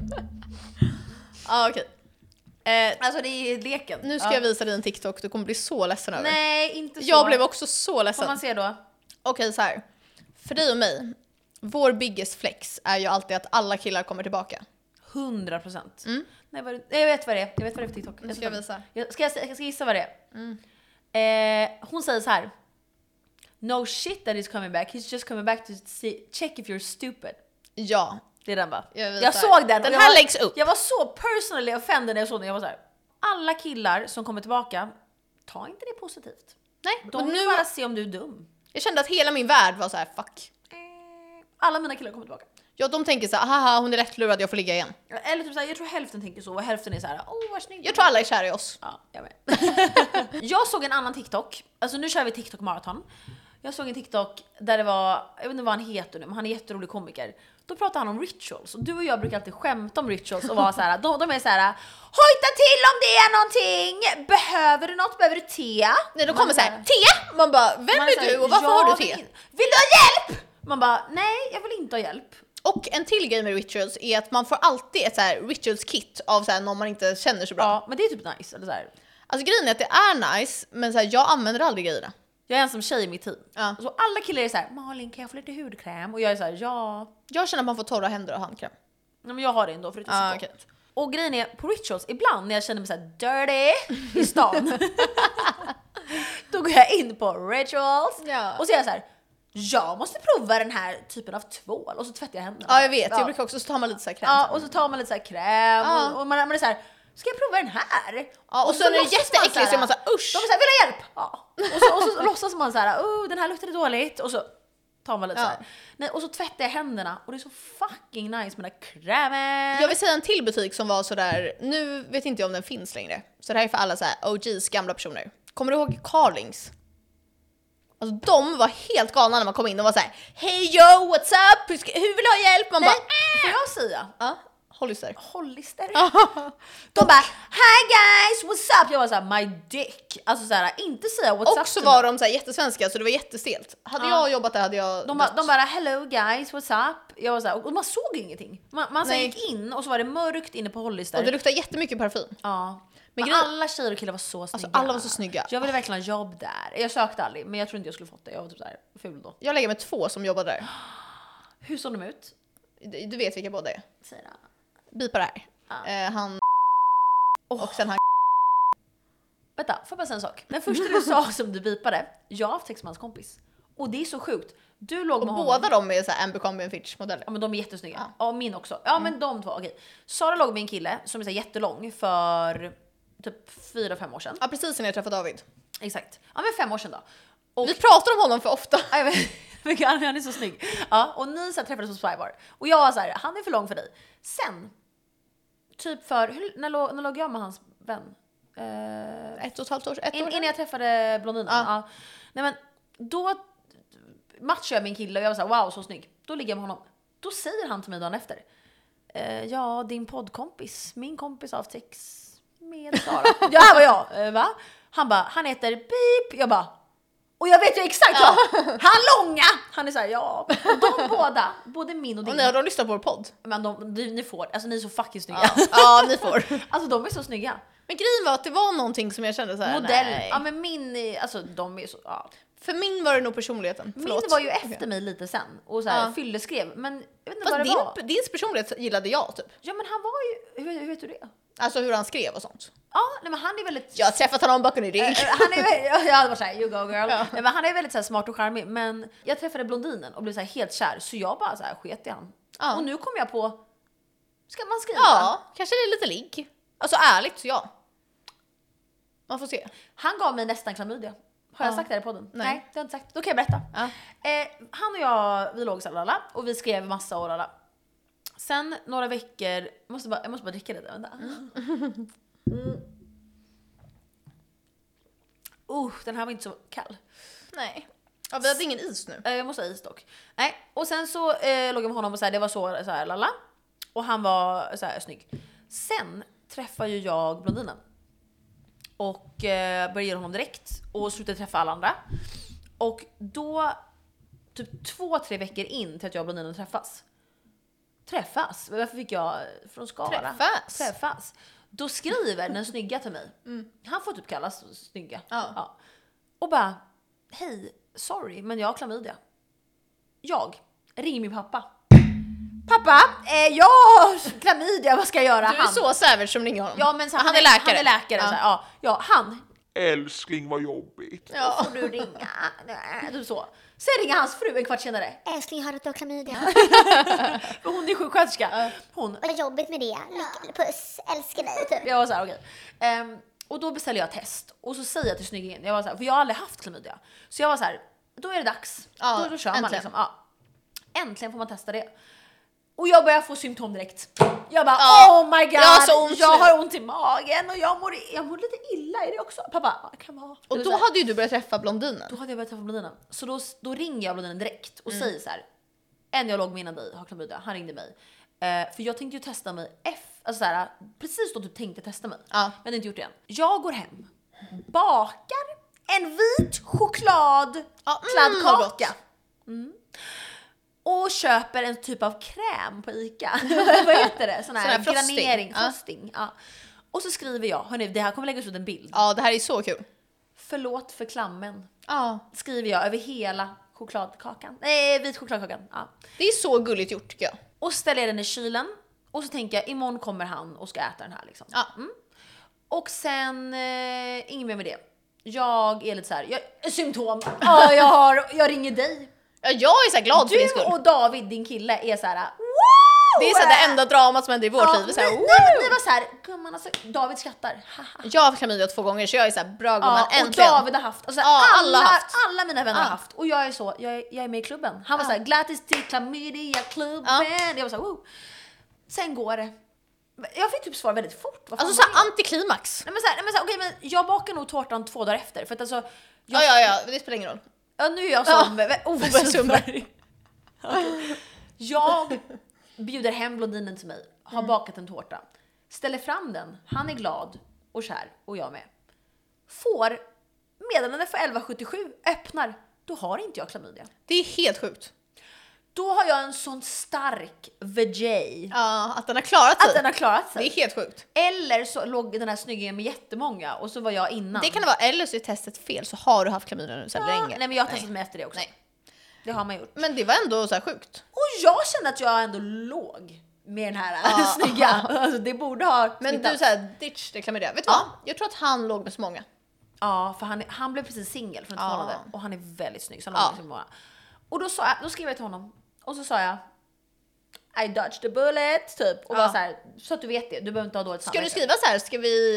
Ja, okej. Eh, Alltså det är leken. nu ska Ja. jag visa dig en TikTok, du kommer bli så ledsen över. Nej, inte så. Jag blev också så Får ledsen. man se då? Okej, så här. För dig och mig, vår biggest flex är ju alltid att alla killar kommer tillbaka. hundra procent. Mm. Nej, vad är det? Jag vet vad det är. Jag vet vad det är för TikTok. Nu ska jag visa. Jag ska, jag ska gissa vad det är. Mm. Eh, hon säger så här. No shit that he's coming back. He's just coming back to see, check if you're stupid. Ja, Det är den va? jag, Jag visar. såg den. Den och här jag var, läggs upp. Jag var så personally offended när jag såg den. Jag var så här. Alla killar som kommer tillbaka, ta inte det positivt. Nej, De vill nu bara se om du är dum. Jag kände att hela min värld var så här: fuck. Alla mina killar kommer tillbaka. Ja, de tänker så här: haha, hon är lättlurad, jag får ligga igen. Eller typ så här, jag tror hälften tänker så och hälften är så här: åh vad snygg. Jag tror alla är kära i oss. Ja, jag vet. Jag såg en annan TikTok. Alltså nu kör vi TikTok maraton. Jag såg en TikTok där det var, jag vet inte vad han heter nu, men han är jätterolig komiker. Då pratar han om rituals och du och jag brukar alltid skämta om rituals och vara så här, de, de är så här: hojta till om det är någonting. Behöver du något? Behöver du te? Nej, då kommer så här: te. Man bara, vem man är säger, du och varför har du te? Vill, vill du ha hjälp? Man bara, nej, jag vill inte ha hjälp. Och en till grej med rituals är att man får alltid ett så här rituals kit av så här någon man inte känner så bra. Ja, men det är typ nice eller så här. Alltså grejen är att det är nice, men så här, jag använder aldrig grejerna. Jag är en som tjej i mitt team. Ja. Så alla killar är så här: Malin, kan jag få lite hudkräm? Och jag är så här: ja. Jag känner att man får torra händer och handkräm. Nej, men jag har det ändå för det är Ah, så okay. gott. Och grejen är, på rituals, ibland när jag känner mig så här dirty i stan, då går jag in på rituals Ja. och så är jag så här: jag måste prova den här typen av tvål, och så tvättar jag händerna. Ja, jag vet. Ja. Jag brukar också ta man lite så här kräm. Ja, och så tar man lite så här kräm Ja. och, och man, man är så här: ska jag prova den här? Ja, och så när det är låtsas jätteäckligt man så är man så här: usch. De är så här: vill du ha hjälp? Ja. Och så, och så låtsas man så här: oh, den här luktade dåligt, och så tar man lite Ja. så här. Nej, och så tvättar jag händerna och det är så fucking nice med den här krämen. Jag vill säga en till butik som var så där. Nu vet inte jag om den finns längre. Så det här är för alla så här O Gs, gamla personer. Kommer du ihåg Carlings? Alltså de var helt galna när man kom in. De var så här: hey yo, what's up? Hur, ska, hur vill du ha hjälp? Man Nej, bara, får jag säga? ja, Hollister. Hollister. De bara: hi guys, what's up? Jag var såhär: my dick. Alltså såhär, inte säga what's up. Och så var de så här jättesvenska, så det var jättestelt. Hade Ja. jag jobbat där hade jag de, ba, dött. de bara: hello guys, what's up? Jag var såhär, och man såg ingenting. Man, man så Nej. gick in och så var det mörkt inne på Hollister. Och det luktade jättemycket parfym. Ja. Men, Men men grej- alla tjejer och killar var så snygga. Alltså alla var så snygga. Jag ville verkligen ha jobb där. Jag sökte aldrig, men jag tror inte jag skulle fått det. Jag var typ såhär ful då. Jag lägger med två som jobbade där. Hur såg de ut? Du du vet vilka båda är. Säger jag. Bipa det här. Ja. Eh, han Oh. och sen han. Vänta, får jag bara säga en sak? Den första du sa som du bipade, jag har haft sex med hans kompis. Och det är så sjukt. Du låg Och med honom. båda de är så här Abercrombie and Fitch modeller. Ja, men de är jättesnygga. Ja, Ja. min också. Ja, men de två, okej. Sara låg med en kille som är så här jättelång för typ fyra, fem år sedan. Ja, precis när jag träffade David. Exakt. Ja, men fem år sedan då. Och Vi pratar om honom för ofta. ja, jag vet, men gud, han är så snygg. Ja, och ni så här träffades på Spybar. Och jag var så här: han är för lång för dig. Sen, typ för, hur, när, låg, när låg jag med hans vän? Eh, Ett och ett halvt år, ett In, år innan jag träffade blondinen. Ja. Ja. Nej, men då matchade jag min kille och jag var så här: wow, så snygg. Då ligger jag med honom. Då säger han till mig dagen efter: eh, ja, din poddkompis, min kompis har haft sex med Sara. Ja, här var jag. Eh, va? Han bara: han heter Beep. Jag bara: och jag vet ju exakt Ja. vad. Han långa. Han är så här: ja. Och de båda, både min och din. Och ni har de lyssnat på vår podd? Men de, de, ni får, alltså ni är så fucking snygga. Ja, ja ni får. Alltså de är så snygga. Men grejen var att det var någonting som jag kände så här. Modell. Nej. Ja, men min, är- alltså de är så, ja. För min var det nog personligheten. Förlåt. Min var ju efter Okej. mig lite sen och så här Ja. fylleskrev, men jag vet inte Fast vad det din, var. din personlighet gillade jag typ. Ja, men han var ju, hur, hur vet du det? Alltså hur han skrev och sånt. Ja, nej, men han är väldigt... Jag har träffat honom bakom i rygg. Eh, han är väldigt, jag hade varit såhär: you go girl. Ja. Nej, men han är väldigt så här smart och charmig, men jag träffade blondinen och blev så här helt kär, så jag bara så här sket i han. Ja. Och nu kom jag på, ska man skriva? Ja, kanske det är lite ligg. Alltså ärligt, ja. Man får se. Han gav mig nästan klamydia. Har jag Ja. sagt det här i podden? Nej. Nej, det har jag inte sagt. Då kan jag berätta. Ja. Eh, han och jag, vi låg så här, lala, och vi skrev massa och lala. Sen några veckor, jag måste bara, jag måste bara dricka lite, vänta. Mm. Uh, den här var inte så kall. Nej. Ja, vi hade ingen is nu. Eh, jag måste ha is dock. Nej, och sen så eh, låg jag med honom och så här, det var så, så här, lala. Och han var så här snygg. Sen träffade ju jag blondinen. Och eh, började ge honom direkt och slutade träffa alla andra. Och då, typ två, tre veckor in till att jag och blondinen träffas. Träffas? Varför fick jag från Skara? Träffas. Träffas. Då skriver den snygga till mig. Mm. Han får typ kallas snygga. Ja. Och bara: hej, sorry, men jag har klamydia. Jag ringer min pappa. Pappa, eh, jag har klamydia, vad ska jag göra? Du är han. så savage som ringer honom. Ja, men så han, är läkare. Han är läkare. Ja. Så här, ja, ja, han. Älskling, vad jobbigt. Ja. Får du ringa? Nej, typ så. Sen ringer hans fru en kvart senare. Älskling, har du inte klamydia? För hon är sjuksköterska. Hon. Vad jobbigt med det. Lycka, puss, älskar dig typ. Jag var så här, okej. Ehm, Och då beställer jag test. Och så säger jag till snyggingen, jag var så här, för jag har aldrig haft klamydia. Så jag var så här, då är det dags. Ja, då, då kör man äntligen. liksom. Ja. Äntligen får man testa det. Och jag börjar få symptom direkt. Jag bara, Ja, oh my god, jag har så ont jag nu. har ont i magen och jag mår, jag mår lite illa. Är det också? Pappa, ja, kan vara. Och Eller då så här, hade ju du börjat träffa blondinen. då hade jag börjat träffa blondinen. Så då, då ringer jag blondinen direkt och Mm. säger så här, en jag låg med innan dig har klamydia, han ringde mig. Eh, för jag tänkte ju testa mig F, alltså så här, precis då du tänkte testa mig. Ja. Men jag hade inte gjort det än. Jag går hem, bakar en vit chokladkladd Ja, mm, vad gott. kaka. Mm. Och köper en typ av kräm på Ica. Vad heter det? Sån här, Sån här frosting. granering, Ja. frosting. Ja. Och så skriver jag, hörni, det här kommer läggas ut en bild. Ja, det här är så kul. Förlåt för klammen. Ja. Skriver jag över hela chokladkakan. Nej, vit chokladkakan. Ja. Det är så gulligt gjort tycker jag. Och ställer jag den i kylen. Och så tänker jag, imorgon kommer han och ska äta den här liksom. Ja. Mm. Och sen, eh, inget mer med det. Jag är lite så här, jag, symptom. Ja, jag, har, jag ringer dig. Ja, jag är så här glad för din Du skull. och David, din kille, är så här. Wow! Det är så här, det enda dramat som händer i vårt Ja, liv. Det är så här, nej, woo! nej, men ni var så här, gumman alltså, David skrattar. Haha. Jag har haft klamydia två gånger så jag är så här, bra gumman, Ja, och äntligen. David har haft, alltså, Ja, alla, alla har haft. alla mina vänner Ja. har haft. Och jag är så, jag är, jag är med i klubben. Han var Ja. så här, grattis till klamydia-klubben. Ja. Jag var så här, wow. Sen går det. Jag fick typ svar väldigt fort. Vad fan Alltså så var det? här, antiklimax. Nej men så här, nej, men så här, okej, men jag bakar nog tårtan två dagar efter. För att alltså, jag, Ja, ja, ja, det spelar ingen roll. ja, nu är jag som Ja. Ove Ove Sundberg. Okej. Jag bjuder hem blondinen till mig, har Mm. bakat en tårta, ställer fram den, han är glad och kär och jag med. Får meddelande för elva sjuttiosju, öppnar, då har inte jag klamydia. Det är helt sjukt. Då har jag en sån stark vajay Ja, att den har klarat sig. att den har klarat Det sig. är helt sjukt. Eller så låg den här snyggingen med jättemånga och så var jag innan. Det kan det vara, eller så är testet fel så har du haft klamydia nu så här Ja, länge. nej men jag har testat mig efter det också. Nej. Det har man gjort. Men det var ändå så här sjukt. Och jag kände att jag ändå låg med den här Ja. snygga. Alltså det borde ha Men smittat. du såhär, ditch det klamydia. Vet du Ja. vad? Jag tror att han låg med så många. Ja, för han, han blev precis singel för ett Ja. månader och han är väldigt snygg. Så han Ja. ja. liksom bara. Och då, sa jag, då skrev jag till honom och så sa jag I dodged the bullet typ. Och Ja. var så här, så att du vet det, du behöver inte ha dåligt Ska samvete. du skriva så här? Ska vi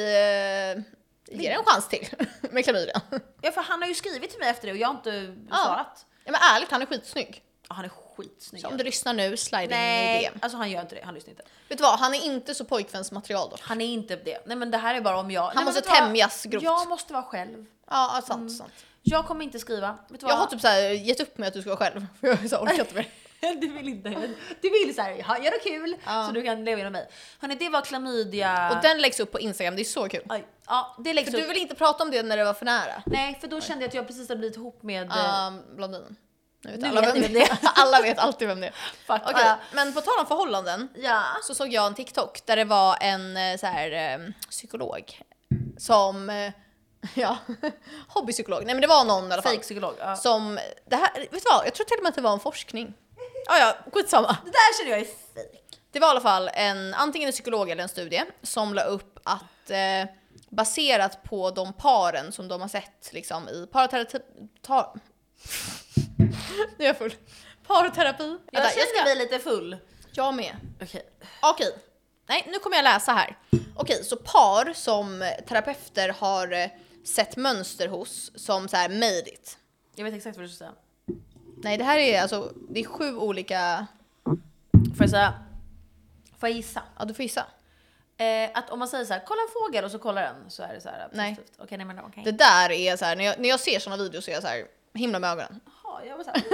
eh, ge det en chans till med klamydia? Ja, för han har ju skrivit till mig efter det och jag har inte Ja. svarat. Ja men ärligt, han är skitsnygg. Ja, han är skitsnygg. Så om du lyssnar nu, slide in i Nej, D M. alltså han gör inte det, han lyssnar inte. Vet du vad, han är inte så pojkvänsmaterial då. Han är inte det. Nej men det här är bara om jag... Nej, men måste vet du vad? tämjas grovt. Jag måste vara själv. Ja, ja sant, sant. Jag kommer inte skriva. Vet du Jag vad? har typ så här gett upp med att du ska vara själv. För jag är så här, orkar inte mer. Du vill inte. Du vill så här, ja, göra kul Ja. så du kan leva genom mig. Hörni, det var klamydia. Och den läggs upp på Instagram, det är så kul. Aj, ja, det läggs För du upp. vill inte prata om det när det var för nära. Nej, för då kände jag att jag precis hade blivit ihop med... Um, blondinen. Nu vet Nu alla vet vem ni det är. Alla vet alltid vem det är. Fuck. Okej, Ja. men på tal om förhållanden Ja. så såg jag en TikTok där det var en eh, så här eh, psykolog som eh, ja, hobbypsykolog. Nej men det var någon i alla fall. Fake psykolog. Ja. Som det här, vet du vad? Jag tror till och med att det var en forskning. Ja ja, skitsamma. Det där känner jag är fake. Det var i alla fall en antingen en psykolog eller en studie som la upp att eh, baserat på de paren som de har sett liksom i paraterapi. Ta, nu är jag full. Parterapi. Jag Vänta, känner mig lite full. Jag med. Okej. Okej. Nej, nu kommer jag läsa här. Okej, så par som terapeuter har eh, sett mönster hos som så här made it. Jag vet exakt vad du ska säga. Nej, det här är alltså det är sju olika. Får jag säga? Får jag gissa? Ja, du får gissa. Eh, att om man säger så här, kolla en fågel och så kollar den så är det så här Nej. positivt. Okej, nej men okej. Det där är så här när jag, när jag ser såna videos så är jag så här himla med ögonen. Jaha, jag var så här,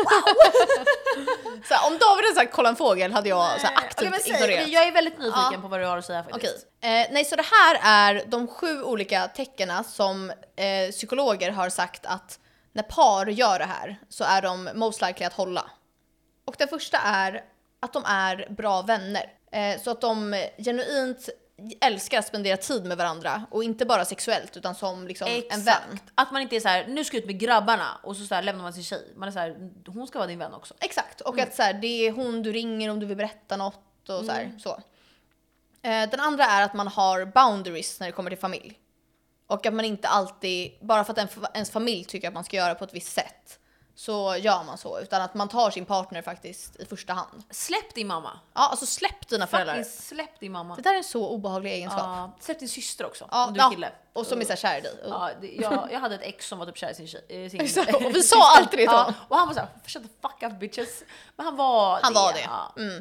wow! Så här, om David hade sagt kolla en fågel hade jag så här, aktivt Okej, men säg, ignorerat. jag är väldigt nyfiken Ja. på vad du har att säga Okej. faktiskt. Eh, nej, så det här är de sju olika tecknen som eh, psykologer har sagt att när par gör det här så är de most likely att hålla. Och det första är att de är bra vänner. Eh, så att de genuint älskar att spendera tid med varandra och inte bara sexuellt utan som liksom Exakt. en vän. Att man inte är så här, nu ska jag ut med grabbarna och så, så här, lämnar man sin tjej. Man är så här, hon ska vara din vän också. Exakt, och Mm. att så här, det är hon du ringer om du vill berätta något och så här, Mm. så. Eh, den andra är att man har boundaries när det kommer till familj. Och att man inte alltid, bara för att en, ens familj tycker att man ska göra på ett visst sätt, så gör man så, utan att man tar sin partner faktiskt i första hand. Släpp din mamma. Ja, alltså släpp dina föräldrar. Faktiskt släpp din mamma. Det där är en så obehaglig egenskap. Ja, släpp din syster också, Ja, om du är ja, kille. och som är så här kär i dig. Ja, det, jag, jag hade ett ex som var typ kär i sin tjej. eh, Sin, Exakt, och vi sa alltid det till ja, honom. och han var såhär, shut the fuck up bitches. Men han var Han det. var det. Ja. Mm.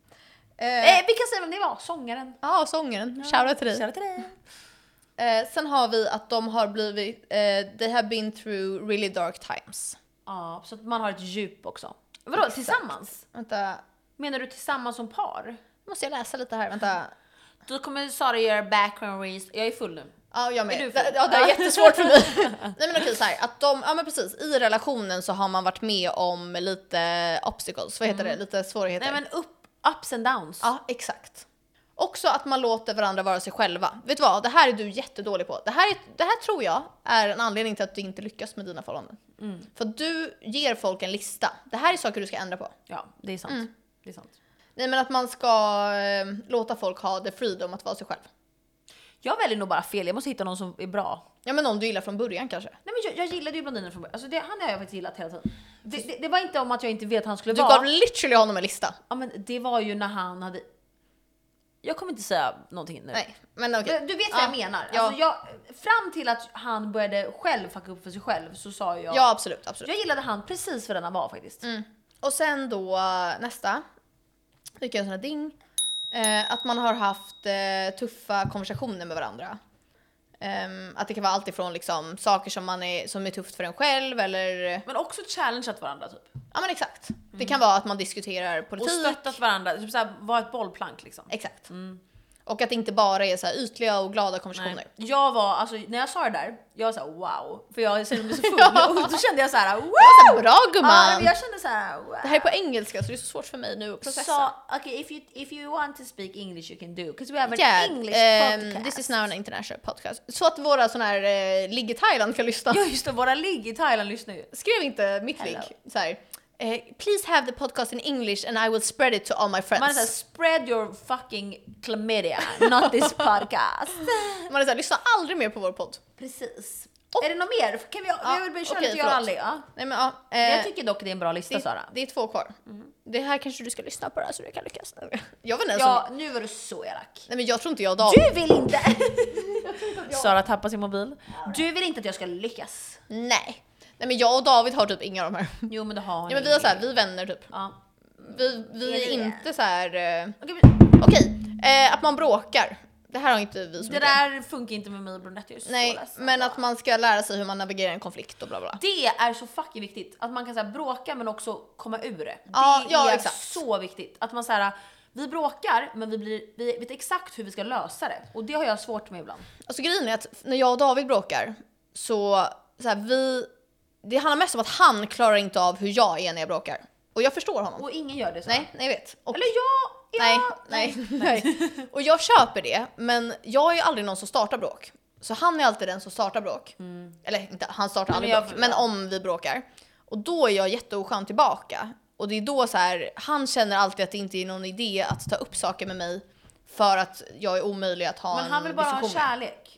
Eh, Eh, vi kan säga vem det var, sångaren. ja, sångaren. Shoutout till dig. Shoutout till dig. Eh, sen har vi att de har blivit, eh, they have been through really dark times. Ja, så att man har ett djup också. Vadå, Exakt. tillsammans? Vänta, Menar du tillsammans som par? måste jag läsa lite här, vänta. Då kommer Sara göra background research. Jag är full nu. Ja, jag med. Är du Det, full? ja, det är jättesvårt för mig. Nej men okej, så här, att de, ja men precis, i relationen så har man varit med om lite obstacles, vad heter det? Lite svårigheter. Nej men upp, ups and downs. Ja, exakt. Också att man låter varandra vara sig själva. Vet du vad? Det här är du jättedålig på. Det här, är, det här tror jag är en anledning till att du inte lyckas med dina förhållanden. Mm. För att du ger folk en lista. Det här är saker du ska ändra på. Ja, det är sant. Mm. Det är sant. Nej, men att man ska eh, låta folk ha the freedom att vara sig själv. Jag väljer nog bara fel, jag måste hitta någon som är bra. Ja, men någon du gillar från början kanske. Nej men jag, jag gillade ju blondiner från början. Alltså det, han har jag faktiskt gillat hela tiden. Det, det, det var inte om att jag inte vet att han skulle Du vara. gav literally honom en lista. Ja men det var ju när han hade... Jag kommer inte säga någonting nu. Nej, men okej. Du, du vet vad Ja, jag menar. ja. Alltså jag, fram till att han började själv fucka upp för sig själv så sa jag... Ja, absolut, absolut. Jag gillade han precis för den han var faktiskt. Mm. Och sen då eh, nästa. Fick jag en sån här ding. Eh, att man har haft eh, tuffa konversationer med varandra. Ehm, att det kan vara allt ifrån liksom, saker som, man är, som är tufft för en själv eller... Men också challengeat varandra typ. Ja men exakt. Det kan vara att man diskuterar politik. Och stöttat varandra. Typ såhär, var ett bollplank liksom. Exakt. Och att det inte bara är så här ytliga och glada konversationer. Nej. Jag var, alltså när jag sa det där, jag var såhär wow. För jag kände mig så full och då kände jag såhär wow! Så här, bra gumman! Ja, jag kände såhär wow. Det här är på engelska så det är så svårt för mig nu att processa. Så, okay, if you, if you want to speak English you can do. Because we have an Yeah, English um, podcast. this is now an international podcast. Så att våra såna här eh, ligg i Thailand kan lyssna. Ja just det, våra ligg i Thailand lyssnar ju. Skrev inte mitt Hello. ligg så här. Eh, please have the podcast in English and I will spread it to all my friends. Man är såhär, spread your fucking chlamydia, not this podcast. Man är såhär, lyssna aldrig mer på vår podd. Precis. Och- Är det något mer? Kan vi, Ja, vi vill köra okej, lite gör förlåt. aldrig. Ja. Nej men ja. Eh, Men jag tycker dock det är en bra lista det, Sara. det är två kvar. Det här kanske du ska lyssna på det här så du kan lyckas. Jag vet inte ens Ja, om... nu var du så elak. Nej men jag tror inte jag och David. Du vill inte! Sara tappar sin mobil. Du vill inte att jag ska lyckas. Nej. Nej men jag och David har typ inga av de här. Jo men det har Ja men vi har så här, vi är vänner typ. Ja. Vi, vi Är är det? inte så här. Eh, Okej, men okej, eh, att man bråkar. Det här har inte vi så det mycket. där funkar inte med mig och Brunette. Jag är så Nej, ledsen. men att man ska lära sig hur man navigerar en konflikt och bla bla. Det är så fucking viktigt. Att man kan så här, bråka men också komma ur det. Ja, Det ja, är exakt. så viktigt. Att man så här, vi bråkar men vi, blir, vi vet exakt hur vi ska lösa det. Och det har jag svårt med ibland. Alltså grejen är att när jag och David bråkar så, så här, vi, det handlar mest om att han klarar inte av hur jag är när jag bråkar. Och jag förstår honom. Och ingen gör det så. Nej, nej jag vet. Och, Eller jag... nej, Ja, nej, nej. Och jag köper det, men jag är ju aldrig någon som startar bråk. Så han är alltid den som startar bråk. Eller inte, han startar Men aldrig jag- bråk, men om vi bråkar. Och då är jag jätteoskön tillbaka. Och det är då så här, han känner alltid att det inte är någon idé att ta upp saker med mig för att jag är omöjlig att ha Men en han vill bara ha diskussion med. kärlek.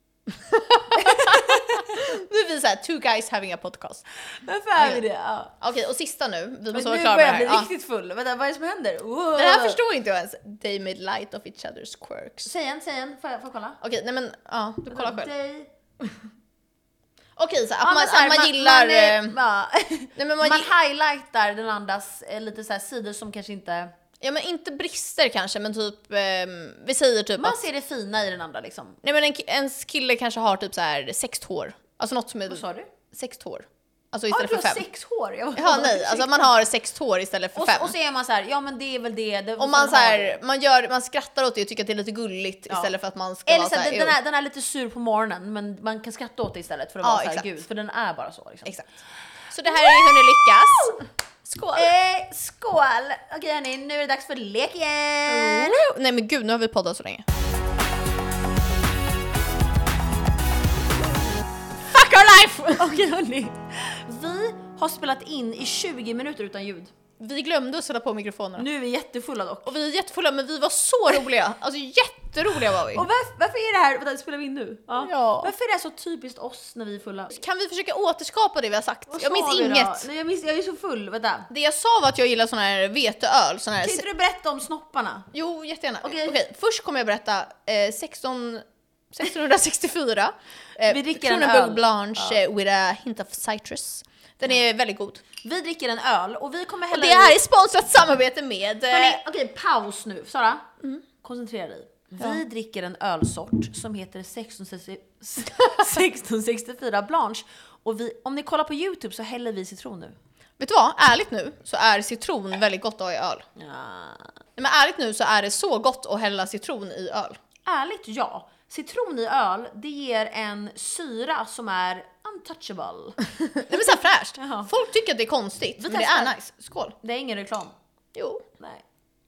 Nu är vi såhär, two guys having a podcast. Varför är vi det? Ja. Okej, och sista nu. Vi Men måste nu vara klara börjar med jag det här. bli Ja. riktigt full. Vänta, vad är det som händer? Wow. Det här förstår inte jag ens. They made light of each other's quirks. Säg en, säg en. Får jag, får jag kolla? Okej, nej men ja, du kollar själv. Dig. Okej, så att, Ja, man, men så här, att man gillar... Man, är- eh, ja. nej, men man, man gi- highlightar den andras eh, lite så här sidor som kanske inte... ja men inte brister kanske, men typ... ehm, vi säger typ Man att... ser det fina i den andra liksom. Nej men en, ki- ens kille kanske har typ så här sext hår. Alltså något som är... Vad sa du? Sext hår. Alltså Ja, istället du för har fem. sex hår. Jag Ja, nej, alltså man har sext hår istället för och, fem. och så är man så här, ja men det är väl det. det Om man så så här, man gör, man skrattar åt det och tycker att det är lite gulligt Ja. istället för att man ska eller vara så så här, här, den, den, "Ew." är, den är lite sur på morgonen men man kan skratta åt det istället för att Ja, vara så här, exakt. gud, för den är bara så liksom. Exakt. Så det här är hur ni lyckas. Skål! Eh, skål! Okej hörni, nu är det dags för leken! Woo! Nej men gud, nu har vi poddat så länge. Fuck our life! Okej hörni, vi har spelat in i tjugo minuter utan ljud. Vi glömde att sätta på mikrofonerna. Nu är vi jättefulla dock. Och vi är jättefulla, men vi var så roliga. Alltså jätte jätteroliga var vi. Och varför, varför är det här, vänta, spelar vi in nu? Ja. Ja. Varför är det här så typiskt oss när vi är fulla? Kan vi försöka återskapa det vi har sagt? Vad Jag minns sa vi då? inget. Nej, jag, minns, jag är så full, vänta. Det jag sa var att jag gillar sån här veteöl. Sån här Kan inte du berätta om snopparna? Jo, jättegärna. Okej. Okej, först kommer jag berätta eh, sexton sextonhundrasextiofyra. Eh, Vi dricker en Kronenbourg öl. Blanche Ja. eh, with a hint of citrus. Den är väldigt god. Vi dricker en öl och vi kommer Och hälla det är i sponsrat samarbete med... Eh, Hörrni, okej, paus nu. Sara, Mm. koncentrera dig. Vi dricker en ölsort som heter sexton sextiofyra Blanche. Och vi, om ni kollar på YouTube så häller vi citron nu. vet du vad? Ärligt nu så är citron väldigt gott att ha i öl. Ja. Men ärligt nu så är det så gott att hälla citron i öl. Ärligt, ja. Citron i öl, det ger en syra som är untouchable. Nej men så här fräscht. Jaha. Folk tycker att det är konstigt, Vi men det testar. är nice. Skål. Det är ingen reklam. Jo. Nej.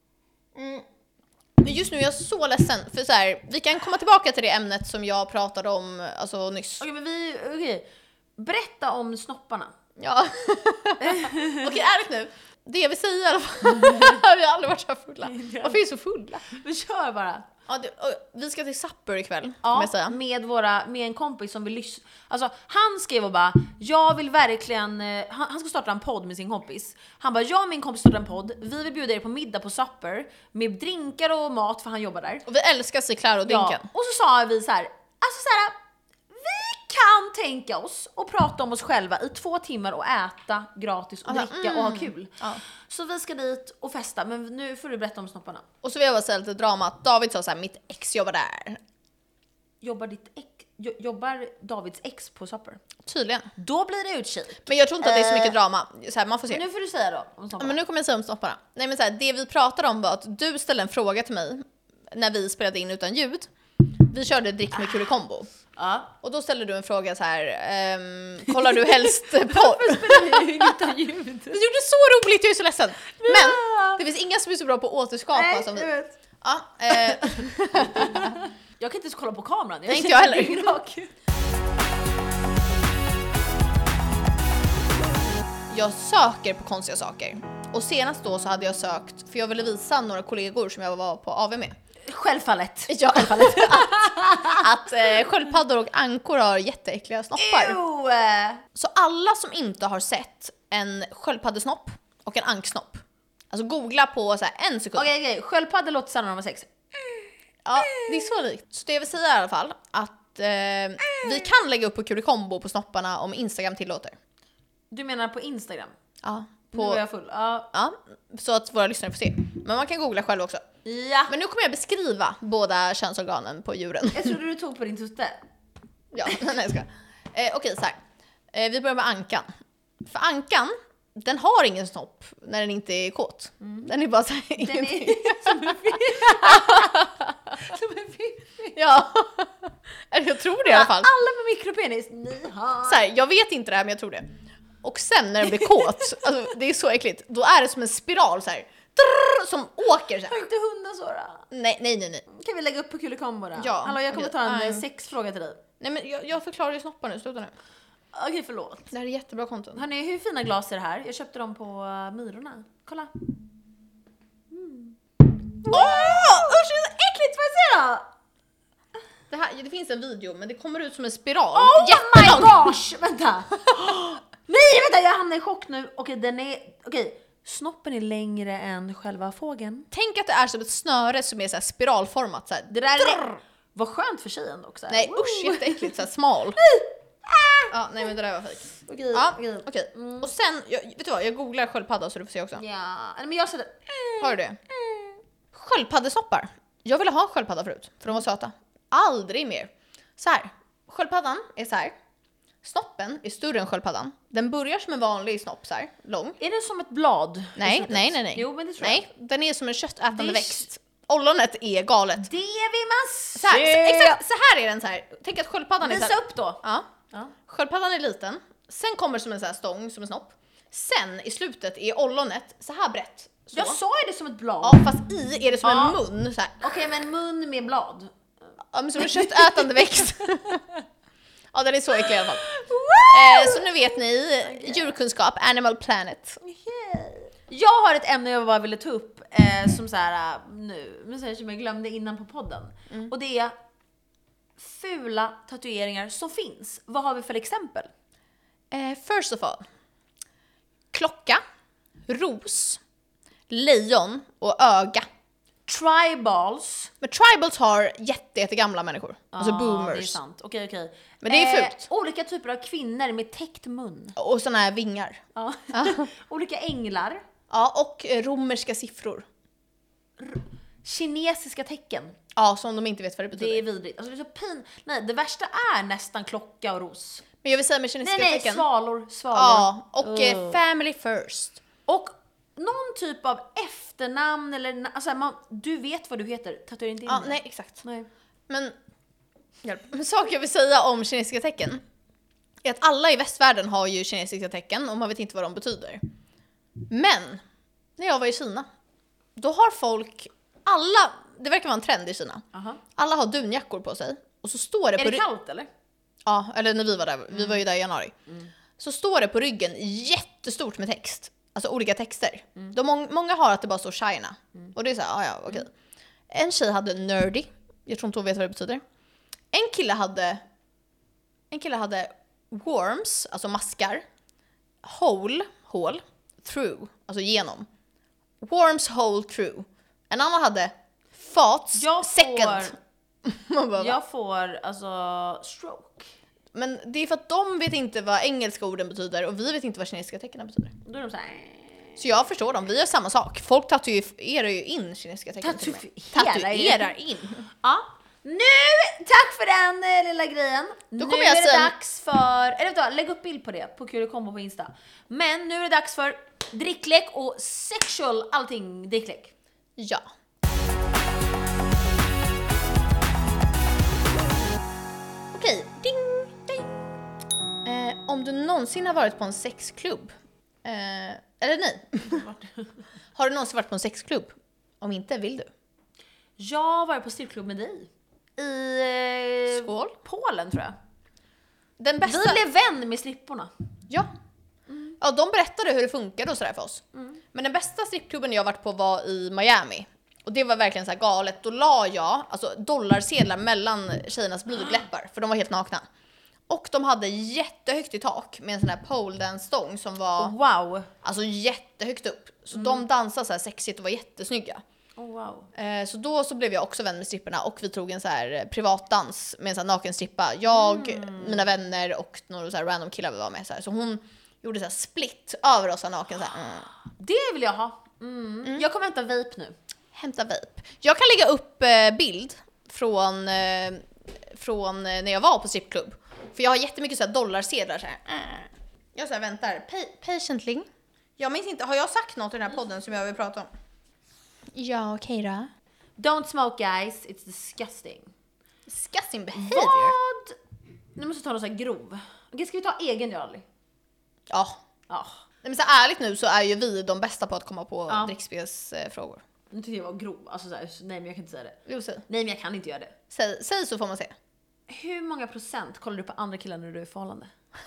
Men just nu är jag så ledsen, för så här, vi kan komma tillbaka till det ämnet som jag pratade om alltså, nyss. Okej, men vi, okej. Berätta om snopparna. Ja. Okej, ärligt nu. Det jag vill säga i alla fall. Vi har aldrig varit så här fulla. Varför är vi så fulla? Vi kör bara. Ja, det, och vi ska till Supper ikväll, kan Ja, jag säga. med, våra, med en kompis som vill lyssna. Alltså, han skrev och bara, jag vill verkligen, eh, han, han ska starta en podd med sin kompis. Han bara, jag och min kompis startar en podd, vi vill bjuda er på middag på Supper med drinkar och mat, för han jobbar där. Och vi älskar Ciclaro och Dinken. Ja, och så sa vi så här, alltså så här, vi kan tänka oss och prata om oss själva i två timmar och äta gratis och Alltså, dricka och ha mm. kul. Ja. Så vi ska dit och festa, men nu får du berätta om snopparna. Och så vill jag bara säga lite drama att David sa så här, mitt ex jobbar där. Jobbar ditt ex, jo- jobbar Davids ex på Supper? Tydligen. Då blir det utkik. Men jag tror inte att det är så mycket Eh, drama. Så här, man får se. Nu får du säga då om Ja, snopparna. men nu kommer jag säga om snopparna. Nej men så här, det vi pratade om var att du ställde en fråga till mig när vi spelade in utan ljud. Vi körde drick med Kurikombo. Ja. Och då ställde du en fråga så här. Ehm, kollar du helst på... Varför spelar vi utan ljud? Du gjorde så roligt, jag är så ledsen. Men det finns inga som är så bra på att återskapa Nej, som jag vi. vet. Ja, eh, Jag kan inte ens kolla på kameran. Nej, inte jag heller. känner mig rak. jag söker på konstiga saker. Och senast då så hade jag sökt, för jag ville visa några kollegor som jag var på A V med. Självfallet. Ja, självfallet. att att eh, sköldpaddor och ankor har jätteäckliga snoppar. Ew. Så alla som inte har sett en sköldpaddesnopp och en anksnopp, alltså googla på så här en sekund. Okej, okej. Sköldpaddor låter samma nummer sex. Ja, det är så likt. Så det jag vill säga i alla fall att eh, vi kan lägga upp på Kurikombo på snopparna om Instagram tillåter. Du menar på Instagram? Ja, Nu är på, jag full. Ja. ja, så att våra lyssnare får se. Men man kan googla själv också. Ja. Men nu kommer jag beskriva båda könsorganen på djuren. Jag trodde du tog på din tutte. Ja, nej jag ska. Eh, Okej, så här. Eh, vi börjar med ankan. För ankan, den har ingen snopp när den inte är kåt. Den är bara så här, Den ingenting. är som en fisk. Som en fisk. Ja, jag tror det i alla fall. Alla med mikropenis, ni har... Så här, jag vet inte det här men jag tror det. Och sen när den blir kåt, alltså, det är så äckligt, då är det som en spiral så här, drrr, som åker så Har här. inte hundar Sora? Nej, nej, nej, nej. Kan vi lägga upp på Kurikombo då? Ja, Hallå, jag kommer ta en okej. eh, sexfråga till dig. Nej men jag, jag förklarar ju snoppar nu, sluta nu. Okej, förlåt. Det här är jättebra content. Hörrni, hur fina glas är det här? Jag köpte dem på uh, Myrorna. Kolla. Åh! Usch, det är så äckligt! Får jag se då? Det, här, det finns en video men det kommer ut som en spiral. Oh my Jättelång. gosh! Vänta! Nej, vänta, jag hamnar i chock nu. Okej, den är... Okej, snoppen är längre än själva fågeln. Tänk att det är som ett snöre som är så här spiralformat så här. Det där är... Vad skönt för tjejen också. Nej Woo! usch, jätteäckligt, så här smal. Ja, nej men det där var fejk. Okej, Ja, okej. okej. Och sen, jag, vet du vad, jag googlar sköldpadda så du får se också. Ja, men jag sätter... Har du det? Sköldpaddesnoppar. Jag ville ha sköldpadda förut, för de var söta. Aldrig mer. Så här, sköldpaddan är så här. Snoppen är större än sköldpaddan. Den börjar som en vanlig snopp så här, lång. Är det som ett blad? Nej, I slutet? nej, nej, nej. Jo, men det tror Nej, den är som en köttätande Det är- växt. Ollonet är galet. jag. Det vill man Så här, så, se! exakt, så här är den så här. Tänk att sköldpaddan är så Visa här. upp då. Ja. Ja. Sköldpaddan är liten. Sen kommer som en så här stång, som en snopp. Sen i slutet är ollonet så här brett. Så. Jag sa ju det som ett blad. Ja, fast i är det som Ja. en mun så här. Okej, men mun med blad. Ja, men som en köttätande växt. Ja, den är så äcklig i alla fall. Eh, så nu vet ni, djurkunskap, Animal Planet. Jag har ett ämne jag bara ville ta upp. eh, som så här nu, men så som jag glömde innan på podden. Mm. Och det är fula tatueringar som finns. Vad har vi för exempel? Eh, first of all, klocka, ros, lejon och öga. Tribals. Men tribals har jätte, jätte gamla människor. Ah, alltså boomers. Det är sant. Okej, okej. Men det är fult. Eh, olika typer av kvinnor med täckt mun. Och såna här vingar. Ja. Olika änglar. Ja, och romerska siffror. R- kinesiska tecken. Ja, som de inte vet vad det betyder. Det är vidrigt. Alltså, det är så pin... Nej, det värsta är nästan klocka och ros. Men jag vill säga med kinesiska nej, nej, tecken. svalor, svalor. Ja, och uh. family first. Och någon typ av efternamn eller alltså man, du vet vad du heter, tatuera inte in Ja, det. nej, exakt. Nej. Men en sak jag vill säga om kinesiska tecken är att alla i västvärlden har ju kinesiska tecken och man vet inte vad de betyder. Men när jag var i Kina, då har folk, alla, det verkar vara en trend i Kina. Aha. Alla har dunjackor på sig och så står det är på det kallt eller? Ja, eller när vi var där, vi mm. var ju där i januari. Mm. Så står det på ryggen jättestort med text. Alltså olika texter. Mm. De, må- många har att det bara står China. Mm. Och det är så här, ja, ja, okej. Mm. En tjej hade nerdy. Jag tror inte hon vet vad det betyder. En kille hade En kille hade worms, alltså maskar. Hole, hål. Through, alltså genom. Worms, hole, through. En annan hade thoughts, jag second. Får, bara, jag får alltså stroke. Men det är för att de vet inte vad engelska orden betyder och vi vet inte vad kinesiska tecken betyder. Då är de så här... Så jag förstår dem, vi gör samma sak. Folk tatuerar ju in kinesiska tecken. Tatuerar, tatuerar in. Ja. Nu, tack för den eh, lilla grejen. Då nu kommer jag är det sen... dags för, eller vet du, lägg upp bild på det på Kulekombo på Insta. Men nu är det dags för dricklek och sexual allting dricklek. Ja. Okej, ding, ding. Eh, om du någonsin har varit på en sexklubb, eh, eller nej. Har du någonsin varit på en sexklubb? Om inte, vill du? Jag var på strippklubb med dig. I eh, Skål. Polen tror jag. Den bästa... Vi blev vän med stripporna. Ja. Mm. Ja, de berättade hur det funkade och sådär för oss. Mm. Men den bästa strippklubben jag varit på var i Miami. Och det var verkligen så här galet. Då la jag alltså dollarsedlar mellan tjejernas blygdläppar, för de var helt nakna. Och de hade jättehögt i tak med en sån här pole dance stång som var oh, wow. Alltså jättehögt upp. Så mm. de dansade så här sexigt och var jättesnygga. Oh, wow. Eh, så då så blev jag också vän med stripperna och vi tog en så här privatdans med en så här naken strippa. Jag, mm. mina vänner och några så här random killar vi var med så här. Så hon gjorde så här split över oss naken så här. Mm. Det vill jag ha. Mm. Mm. Jag kommer hämta vape nu. Hämta vape. Jag kan lägga upp eh, bild från eh, från när jag var på strippklubb. För jag har jättemycket så här dollarsedlar så här. Jag så här väntar pa- patiently. Jag minns inte, har jag sagt något i den här podden som jag vill prata om? Ja, okej okay då. Don't smoke guys, it's disgusting. Disgusting behavior. Vad? Nu måste jag ta något så här grov. Okej, ska vi ta egen Jarly? Ja. Ja. Men så ärligt nu så är ju vi de bästa på att komma på ja. drickspelsfrågor. Nu tyckte jag var grov. Alltså så här, nej men jag kan inte säga det. Jo, säg. Nej men jag kan inte göra det. Säg, säg så får man se. Hur många procent kollar du på andra killar när du är i förhållande?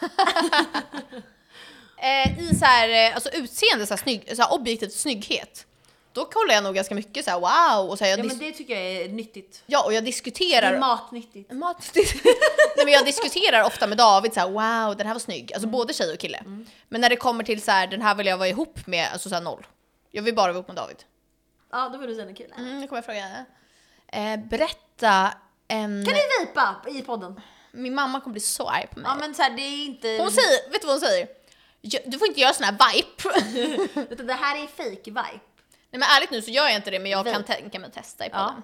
eh, I så här, alltså utseende, så här, snygg, så här objektivt snygghet. Då kollar jag nog ganska mycket så här wow och så här, jag ja dis- men det tycker jag är nyttigt. Ja, och jag diskuterar. Det är matnyttigt. Matnyttigt. Nej, men jag diskuterar ofta med David så här wow, den här var snygg. Alltså mm. både tjej och kille. Mm. Men när det kommer till så här den här vill jag vara ihop med, alltså så här noll. Jag vill bara vara ihop med David. Ja, då vill du säga en kille. Mm, nu kommer jag fråga. Eh, berätta en... Kan ni vipa i podden? Min mamma kommer bli så arg på mig. Ja men så här, det är inte... Hon säger, vet du vad hon säger? Du får inte göra sån här vibe. Det här är fake vibe. Nej men ärligt nu så gör jag inte det, men jag kan tänka mig testa i podden.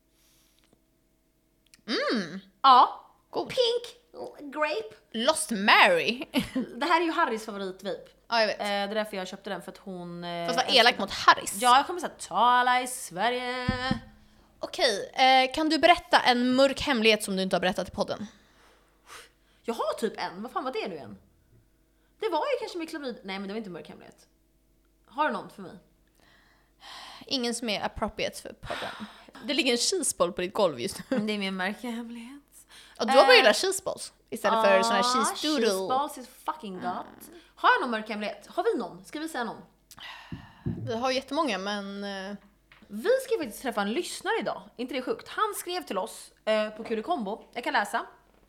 Ja. Mm. Ja. God. Pink grape. Lost Mary. Det här är ju Harrys favoritvape. Ja, jag vet. Eh, det är därför jag köpte den, för att hon... Eh, Fast var elak mot Harrys. Ja, jag kommer säga tala i Sverige. Okej, eh, kan du berätta en mörk hemlighet som du inte har berättat i podden? Jag har typ en. Vad fan var det nu igen? Det var ju kanske med klamyd. Nej, men det var inte mörk hemlighet. Har du någon för mig? Ingen som är appropriate för podden. Det ligger en cheeseball på ditt golv just nu. Det är min mörka hemlighet. Och du har börjat gilla cheeseballs istället för uh, sån här cheese doodle. Cheeseballs is fucking gott. Mm. Har jag någon mörk hemlighet? Har vi någon? Ska vi säga någon? Vi har jättemånga, men... Vi ska faktiskt träffa en lyssnare idag. Inte det sjukt? Han skrev till oss eh, på Q D Combo. Jag kan läsa.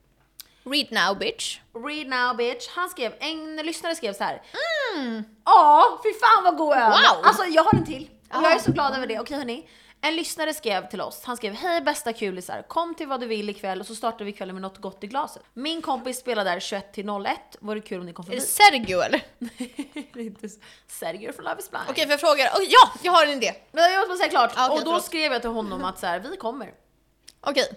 Read now, bitch. Read now, bitch. Han skrev, en lyssnare skrev så här. Mm. Ja, fy fan vad god öl. Wow. Alltså jag har en till. Och Aha. jag är så glad över det. Okej hörni. En lyssnare skrev till oss. Han skrev, hej bästa kulisar. Kom till vad du vill ikväll och så startar vi kvällen med något gott i glaset. Min kompis spelar där tjugoett till noll ett. Vore kul om ni kom Är det förbi. Sergio eller? Det är inte Sergio från Love is Blind. Okej, för jag frågar. Oh, ja, jag har en idé. Men jag måste bara säga klart. Ah, okej, och då förlåt. skrev jag till honom att så här, vi kommer. Okej.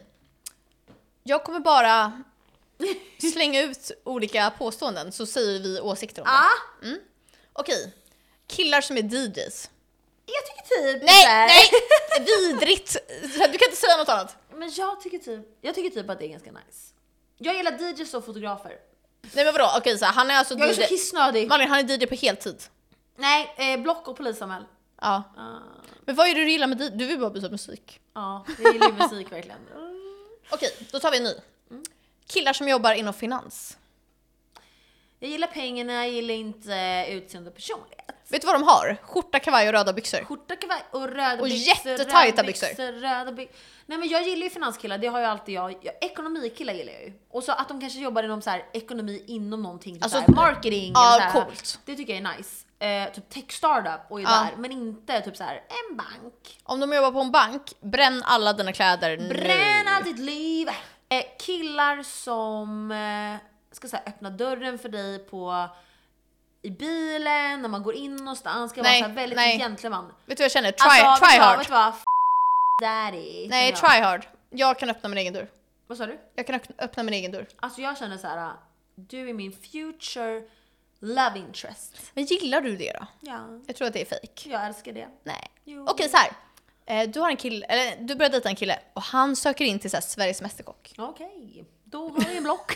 Jag kommer bara slänga ut olika påståenden så säger vi åsikter om det. Ah, Mm. Okej. Killar som är D Js. jag tycker typ Nej, så här- nej! Vidrigt! Du kan inte säga något annat. Men jag tycker typ, jag tycker typ att det är ganska nice. Jag gillar D Js och fotografer. Nej men vadå? Okej, så här, han är alltså Jag är så D J. kissnödig. Malin, han är D J på heltid. Nej, eh, block och polisanmäl. Ja. Ah, Men vad är det du gillar med D J? Du vill bara byta musik. ja, jag gillar musik verkligen. Okej, då tar vi en ny. Killar som jobbar inom finans. Jag gillar pengarna, jag gillar inte utseende och personlighet. Vet du vad de har? Skjorta, kavaj och röda byxor. Skjorta, kavaj och röda Och byxor. jättetajta röda byxor. Röda by- Nej men jag gillar ju finanskillar, det har ju alltid jag. jag ekonomikillar gillar jag ju. Och så att de kanske jobbar inom så här ekonomi inom någonting, Alltså, alltså, så här, marketing ja, eller så här, coolt. det tycker jag är nice. Eh, typ tech startup och är Ja. där, men inte typ så här en bank. Om de jobbar på en bank, bränn alla dina kläder nu. Bränn allt ditt liv. Eh, killar som eh, ska så här, öppna dörren för dig på i bilen när man går in någonstans, ska Nej, vara så här väldigt nej. gentleman. Vet du vad jag känner? Try, Alltså, try vet du vad, hard. vet du vad? F- daddy. Nej, känner jag. try hard. Jag kan öppna min egen dörr. Vad sa du? Jag kan öppna- öppna min egen dörr. Alltså jag känner så här, du är min future love interest. Men gillar du det då? Ja, Jag tror att det är fake. jag älskar det. Nej. Jo. Okej, så här. Eh, Du har en kille, eller du börjar dejta en kille och han söker in till så här, Sveriges Mästerkock. Okej, då har vi en block.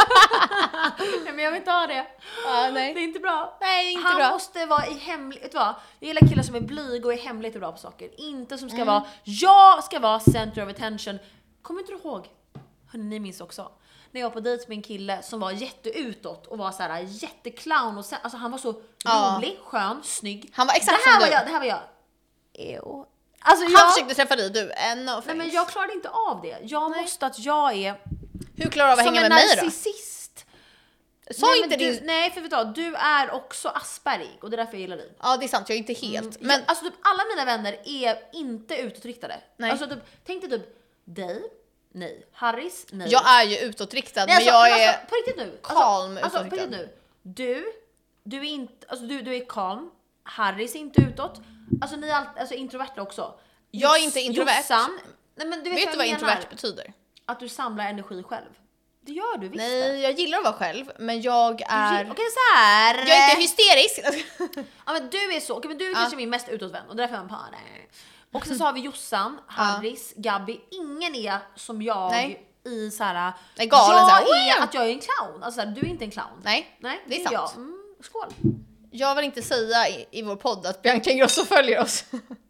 Nej, men jag vill inte ha det. Ja, Det nej. är inte bra. Nej, inte Han bra. måste vara i hemligt, vet du vad? Jag gillar killar som är blyga och är hemligt bra på saker. Inte som ska vara, jag ska vara center of attention. Kommer inte du ihåg? Hörni, ni minns också. När jag var på dejt med en kille som var jätteutåt och var så här jätteclown och sen, alltså han var så Ja. rolig, skön, snygg. Han var exakt det här som var du. jag, det här var jag. Ew. Alltså Han jag, försökte träffa dig, du. Eh, no nej men jag klarade inte av det. Jag måste att jag är Hur klarar du av att som hänga en med mig då? narcissist. Sa nej, inte men din... du, nej för vet du vad, du är också aspergig och det är därför jag gillar dig. Ja, det är sant. Jag är inte helt. Men Men alltså typ alla mina vänner är inte utåtriktade. Nej. Alltså typ, tänk dig typ dig, nej. Harris, nej. jag är ju utåtriktad, nej, men alltså, jag men är... alltså, på riktigt nu. calm Alltså, alltså på utåtriktad. riktigt nu. Du, du är inte, alltså du, du är calm. Harris är inte utåt. Alltså ni är allt, alltså introverta också. Jag är Joss- inte introvert. Jossan, nej men du vet, Vet du vad jag introvert menar? betyder? Att du samlar energi själv. Det gör du visst. Nej, jag gillar att vara själv, men jag är... Okej så här. Jag är inte hysterisk. Ja men du är så, okej men du är Ja. kanske min mest utåtvän och därför är man på det. Och sen så har vi Jossan, Harris, Gabby. Ingen är som jag Nej. i så här. Nej, galen jag så här, är "Wow!" att jag är en clown. Alltså så här, du är inte en clown. Nej, Nej, det är jag. sant. Mm, skål. Jag vill inte säga i, i vår podd att Bianca Ingrosso följer oss.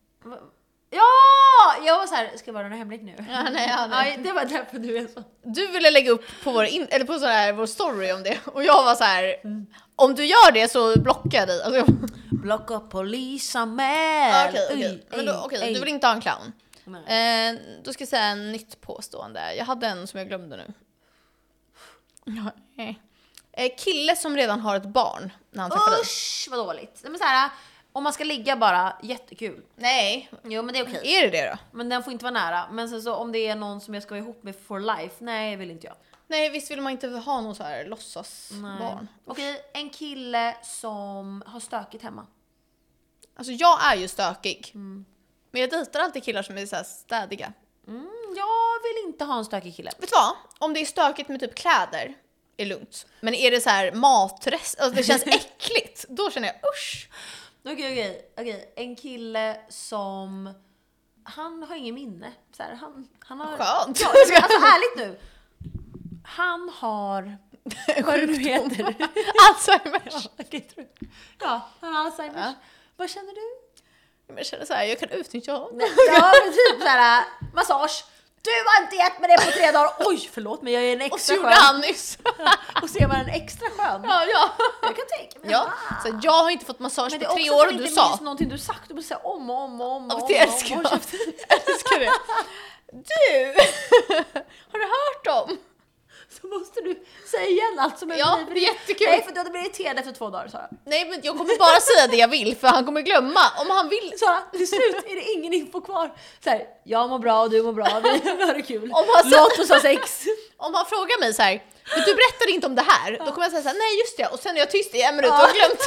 Ja, jag var så här, ska jag vara något hemligt nu? Ja, nej, ja, nej. Ja, det var därför du är så. Du ville lägga upp på vår, in, eller på sån här, vår story om det och jag var så här: om du gör det så blockar jag dig. Alltså, jag... Blocka polisanmäl. Okej, okej. Oj, Men då, ej, okej, ej. du vill inte ha en clown. Nej. Eh, då ska jag säga en nytt påstående. Jag hade en som jag glömde nu. Ja, eh. Eh, kille som redan har ett barn när han träffar dig. Usch, vad dåligt. Nej, men så här, om man ska ligga bara, jättekul. Nej, Jo men det är okej. är det det då? Men den får inte vara nära. Men sen så om det är någon som jag ska vara ihop med for life, nej det vill inte jag. Nej, visst vill man inte ha någon så här låtsasbarn. Okej, en kille som har stökigt hemma. Alltså jag är ju stökig. Men jag dejtar alltid killar som är så här städiga. Mm, jag vill inte ha en stökig kille. Vet du vad? Om det är stökigt med typ kläder är lugnt. Men är det så här matrest, alltså det känns äckligt, då känner jag usch. Okej, okej, okej. En kille som... Han har ingen minne. Så här, han, han har... Skönt. Ja, men alltså ärligt nu. Han har... Vad det nu heter. Alzheimers. Okej, tror jag. Ja, han har Alzheimers. Ja. Vad känner du? Men jag känner så här, jag kan utnyttja honom. Ja, men typ såhär massage. Du har inte gett mig det på tre dagar. Oj, förlåt mig, jag är en extra Och så gjorde skön. han nyss. Och så är man en extra skön. Ja, ja. Jag kan tänka mig. Ja, så jag har inte fått massage Men det på är tre också år för och du inte sa. minst någonting du sagt. Du måste säga om och om och om och Ja, om. det älskar och jag. om. Jag älskar det. Du, har du hört om? Så måste du säga igen allt som är Ja, liv. det är jättekul. Nej, för du hade blivit irriterad efter två dagar, Sara. Nej, men jag kommer bara säga det jag vill för han kommer glömma om han vill. Sara, till slut är det ingen info kvar. Så här, jag mår bra och du mår bra, vi har det kul. Om han sa- Låt oss ha sex. Om han frågar mig så här, men du berättade inte om det här, då kommer jag säga så här, nej just det, och sen är jag tyst i en minut och har glömt.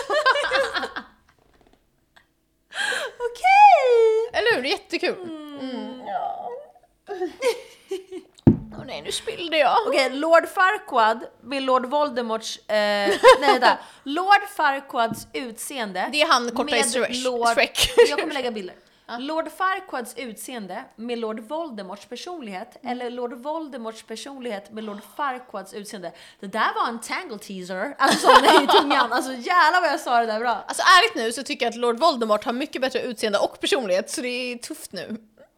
Okej. Eller hur? Det är jättekul. Mm. Ja. Åh nej, nu spillde jag. Okej, Lord Farquaad med Lord Voldemorts, eh, nej vänta, Lord Farquaads utseende. Det är han korta i med Shrek. Lord, Shrek. jag kommer lägga bilder. Lord Farquaads utseende med Lord Voldemorts personlighet, eller Lord Voldemorts personlighet med Lord Farquaads utseende. Det där var en tangle teaser, alltså sån i tungan. Alltså jävlar vad jag sa det där bra. Alltså ärligt nu så tycker jag att Lord Voldemort har mycket bättre utseende och personlighet, så det är tufft nu.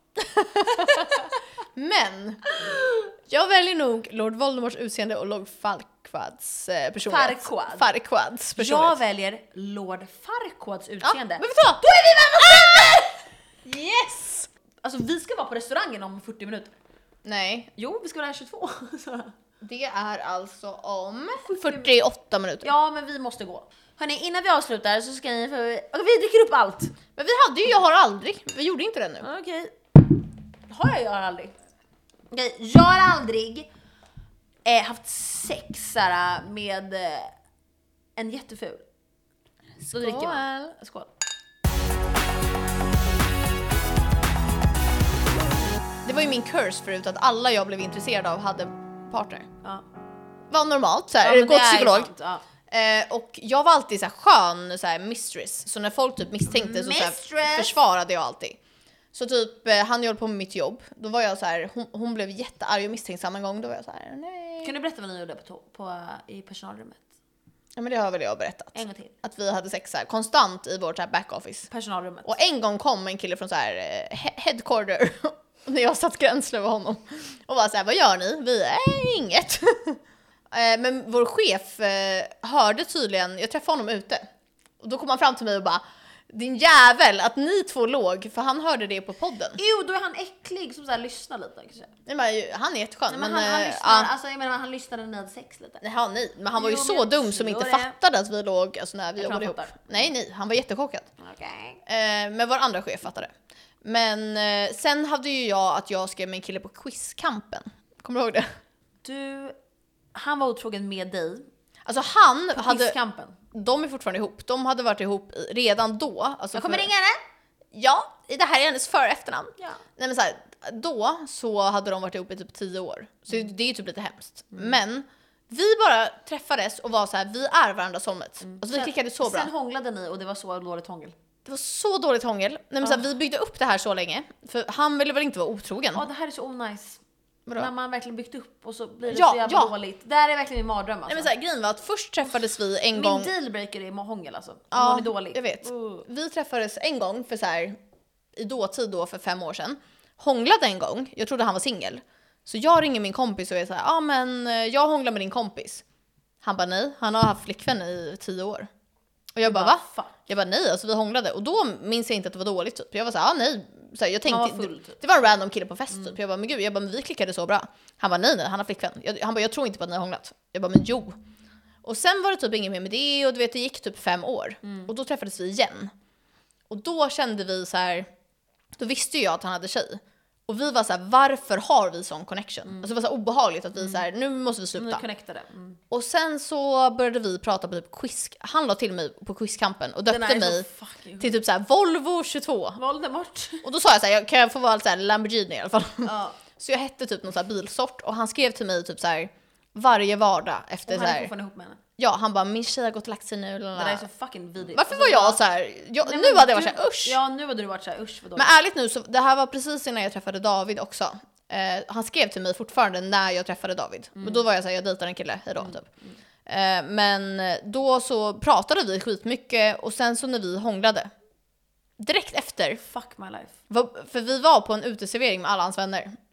Men jag väljer nog Lord Voldemorts utseende och Lord Farquaads eh, personlighet. Farquaad. Farquaads personlighet. Jag väljer Lord Farquaads Ja, utseende. men vet du vad? Då är vi vänner! Yes! Alltså vi ska vara på restaurangen om fyrtio minuter. Nej, Jo, vi ska vara här tjugotvå. Så. det är alltså om fyrtioåtta minuter. Ja, men vi måste gå. Hörni, innan vi avslutar så ska ni få... Okej, vi dricker upp allt. Men vi hade ju Jag har aldrig. Vi gjorde inte det nu. Okej. Har jag, jag har aldrig. Okej, jag har aldrig eh, haft sex såhär, med eh, en jätteful. Så dricker man. Skål. Det var ju min curse förut att alla jag blev intresserad av hade partner. Ja. Var normalt, så här, Ja, men gå det till är psykolog. sant, ja. Eh, och jag var alltid så här skön så här mistress. Så när folk typ misstänkte så, så här, Mistress. försvarade jag alltid. Så typ eh, han höll på med mitt jobb. Då var jag så här, hon, hon blev jättearg och misstänksam en gång. Då var jag så här, nej. Kan du berätta vad ni gjorde på, på, i personalrummet? Ja, men det har väl jag berättat. En gång till. Att vi hade sex så här, konstant i vårt så här backoffice. Personalrummet. Och en gång kom en kille från så här eh, he- headquarter. När jag satt gränsle över honom. Och var så här, vad gör ni? Vi är äh, inget. eh, men vår chef eh, hörde tydligen, jag träffade honom ute. Och då kom han fram till mig och bara, din jävel att ni två låg, för han hörde det på podden. Jo, då är han äcklig som så här lyssnar lite kanske. Nej, men, han är jätteskön. Nej, men men, han, han eh, lyssnar, ja. alltså jag menar han lyssnade med sex lite. Nej, han, nej, men han var ju Jo, så men jag dum som tror inte det. fattade att vi låg, alltså när vi Jag tror jobbade han ihop. fattar. Nej, nej, han var jättechockad. Okej. Eh, men vår andra chef fattade. Men eh, sen hade ju jag att jag skrev med en kille på quizkampen. Kommer du ihåg det? Du, han var otrogen med dig Alltså han på hade, quizkampen. de är fortfarande ihop. De hade varit ihop i- redan då. Alltså Jag kommer för, ringa henne. Ja, det här är hennes för- och efternamn. Ja. Nej men så här, då så hade de varit ihop i typ tio år. Så Mm. det är ju typ lite hemskt. Men vi bara träffades och var så här, vi är varandras soulmates. Alltså vi klickade så bra. Sen hånglade ni och det var så dåligt hångel. Det var så dåligt hångel. Nej, men så här, vi byggde upp det här så länge. För han ville väl inte vara otrogen. Ja, det här är så onajs. Vadå? När man verkligen byggt upp och så blir det Ja, så jävla ja. dåligt. Det här är verkligen min mardröm alltså. Nej, men så här, grejen var att först träffades vi en Min gång. dealbreaker är hångel alltså. Om Ja, någon är dålig. jag vet. Uh. Vi träffades en gång för så här, i dåtid då för fem år sedan. Hånglade en gång. Jag trodde han var singel. Så jag ringer min kompis och är så här, ja ah, men jag hånglar med din kompis. Han bara nej, han har haft flickvän i tio år. Och jag bara va? Fuck. Jag bara nej, alltså vi hånglade. Och då minns jag inte att det var dåligt typ. Jag var så här, ah, nej. Så här, jag tänkte, Han var full, det, typ. det var en random kille på fest typ. Jag bara men gud, jag bara, men vi klickade så bra. Han bara nej nej, han har flickvän. Jag, han bara jag tror inte på att ni har hånglat. Jag bara men jo. Och sen var det typ inget mer med det och du vet det gick typ fem år. Och då träffades vi igen. Och då kände vi så här, då visste jag att han hade tjej. Och vi var så här, varför har vi sån connection? Alltså det var så här obehagligt att vi så här, nu måste vi Nu sluta. connectade. Mm. Och sen så började vi prata på typ quiz. Han la till mig på quizkampen och Den döpte är mig så fucking... till typ så här Volvo tjugotvå. Voldemort. Och då sa jag så här, jag kan jag få vara så här Lamborghini i alla fall. Ja. Så jag hette typ någon så här bilsort och han skrev till mig typ så här varje vardag efter Och så han är här. fortfarande ihop med henne. Ja, han bara min tjej har gått och lagt sig nu. Det där är så fucking vidrigt. Varför Alltså, var jag så här? Jag, Nej, nu men hade jag varit du- så här usch. Ja, nu hade du varit såhär usch vad Men dåligt. ärligt nu, så det här var precis innan jag träffade David också. Eh, han skrev till mig fortfarande när jag träffade David. Mm. Men då var jag såhär, jag dejtar en kille, hejdå typ. Eh, men då så pratade vi skitmycket och sen så när vi hånglade, direkt efter, Fuck my life. var, för vi var på en uteservering med alla hans vänner.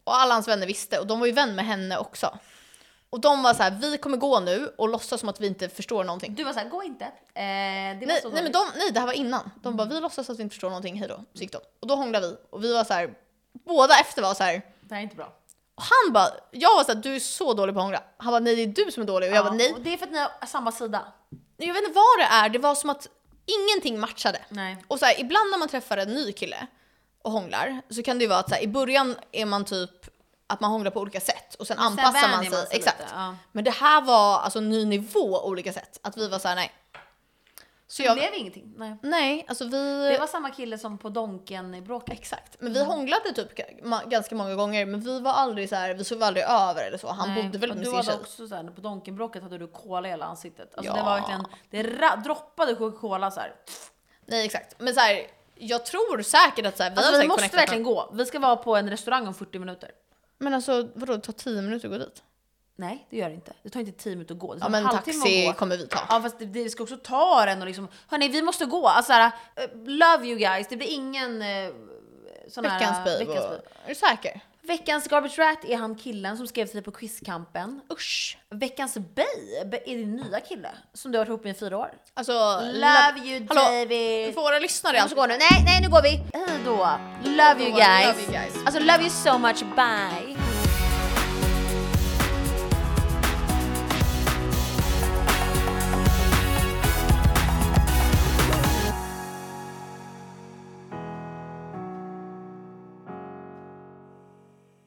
Och alla hans vänner visste, och de var ju vän med henne också. Och de var så här: vi kommer gå nu och låtsas som att vi inte förstår någonting. Du var så här: gå inte. Eh, det var nej, så nej, men de, nej, det här var innan. De bara, vi låtsas att vi inte förstår någonting, hej då. Så gick de. Och då hånglade vi. Och vi var så här, båda efter var så här. Det här är inte bra. Och han bara, jag var så här, du är så dålig på att hångla. Han bara, nej det är du som är dålig. Och jag ja, bara, nej. Och det är för att ni har samma sida. Jag vet inte vad det är, det var som att ingenting matchade. Nej. Och så här, ibland när man träffar en ny kille och hånglar, så kan det ju vara att så här, i början är man typ att man hånglar på olika sätt och sen, sen anpassar man sig, man sig exakt. Lite, ja. Men det här var alltså ny nivå olika sätt, att vi var så här, nej. Så det jag, blev ingenting. Nej. Nej, alltså vi... Det var samma kille som på Donken i bråket. Exakt. Men vi mm. hånglade typ ganska många gånger, men vi var aldrig så här, vi såg aldrig över eller så. Han nej. bodde väldigt med sin tjej. Du hade också så här, på Donken-bråket hade du cola i hela ansiktet. Alltså ja. det var verkligen, det ra- droppade Coca-Cola så här. Nej, exakt. Men så här, jag tror säkert att så här, vi, alltså, har vi måste verkligen gå. Vi ska vara på en restaurang om fyrtio minuter. Men alltså, vadå, det tar tio minuter att gå dit? Nej, det gör det inte. Det tar inte tio minuter att gå. Det ja, men taxi kommer vi ta. Ja, fast det, det ska också ta den och liksom, hörni, vi måste gå. Alltså såhär, love you guys. Det blir ingen uh, sån här... Veckans babe. Är du säker? Veckans Garbage Rat är han killen som skrev till på quizkampen. Usch. Veckans babe är din nya kille som du har varit ihop med i fyra år. Alltså, love lo- you David. Hallå, för våra lyssnare. Alltså, går nu. Nej, nej, nu går vi. Hej då. Love you guys. Love you guys. Alltså, love you so much. Bye.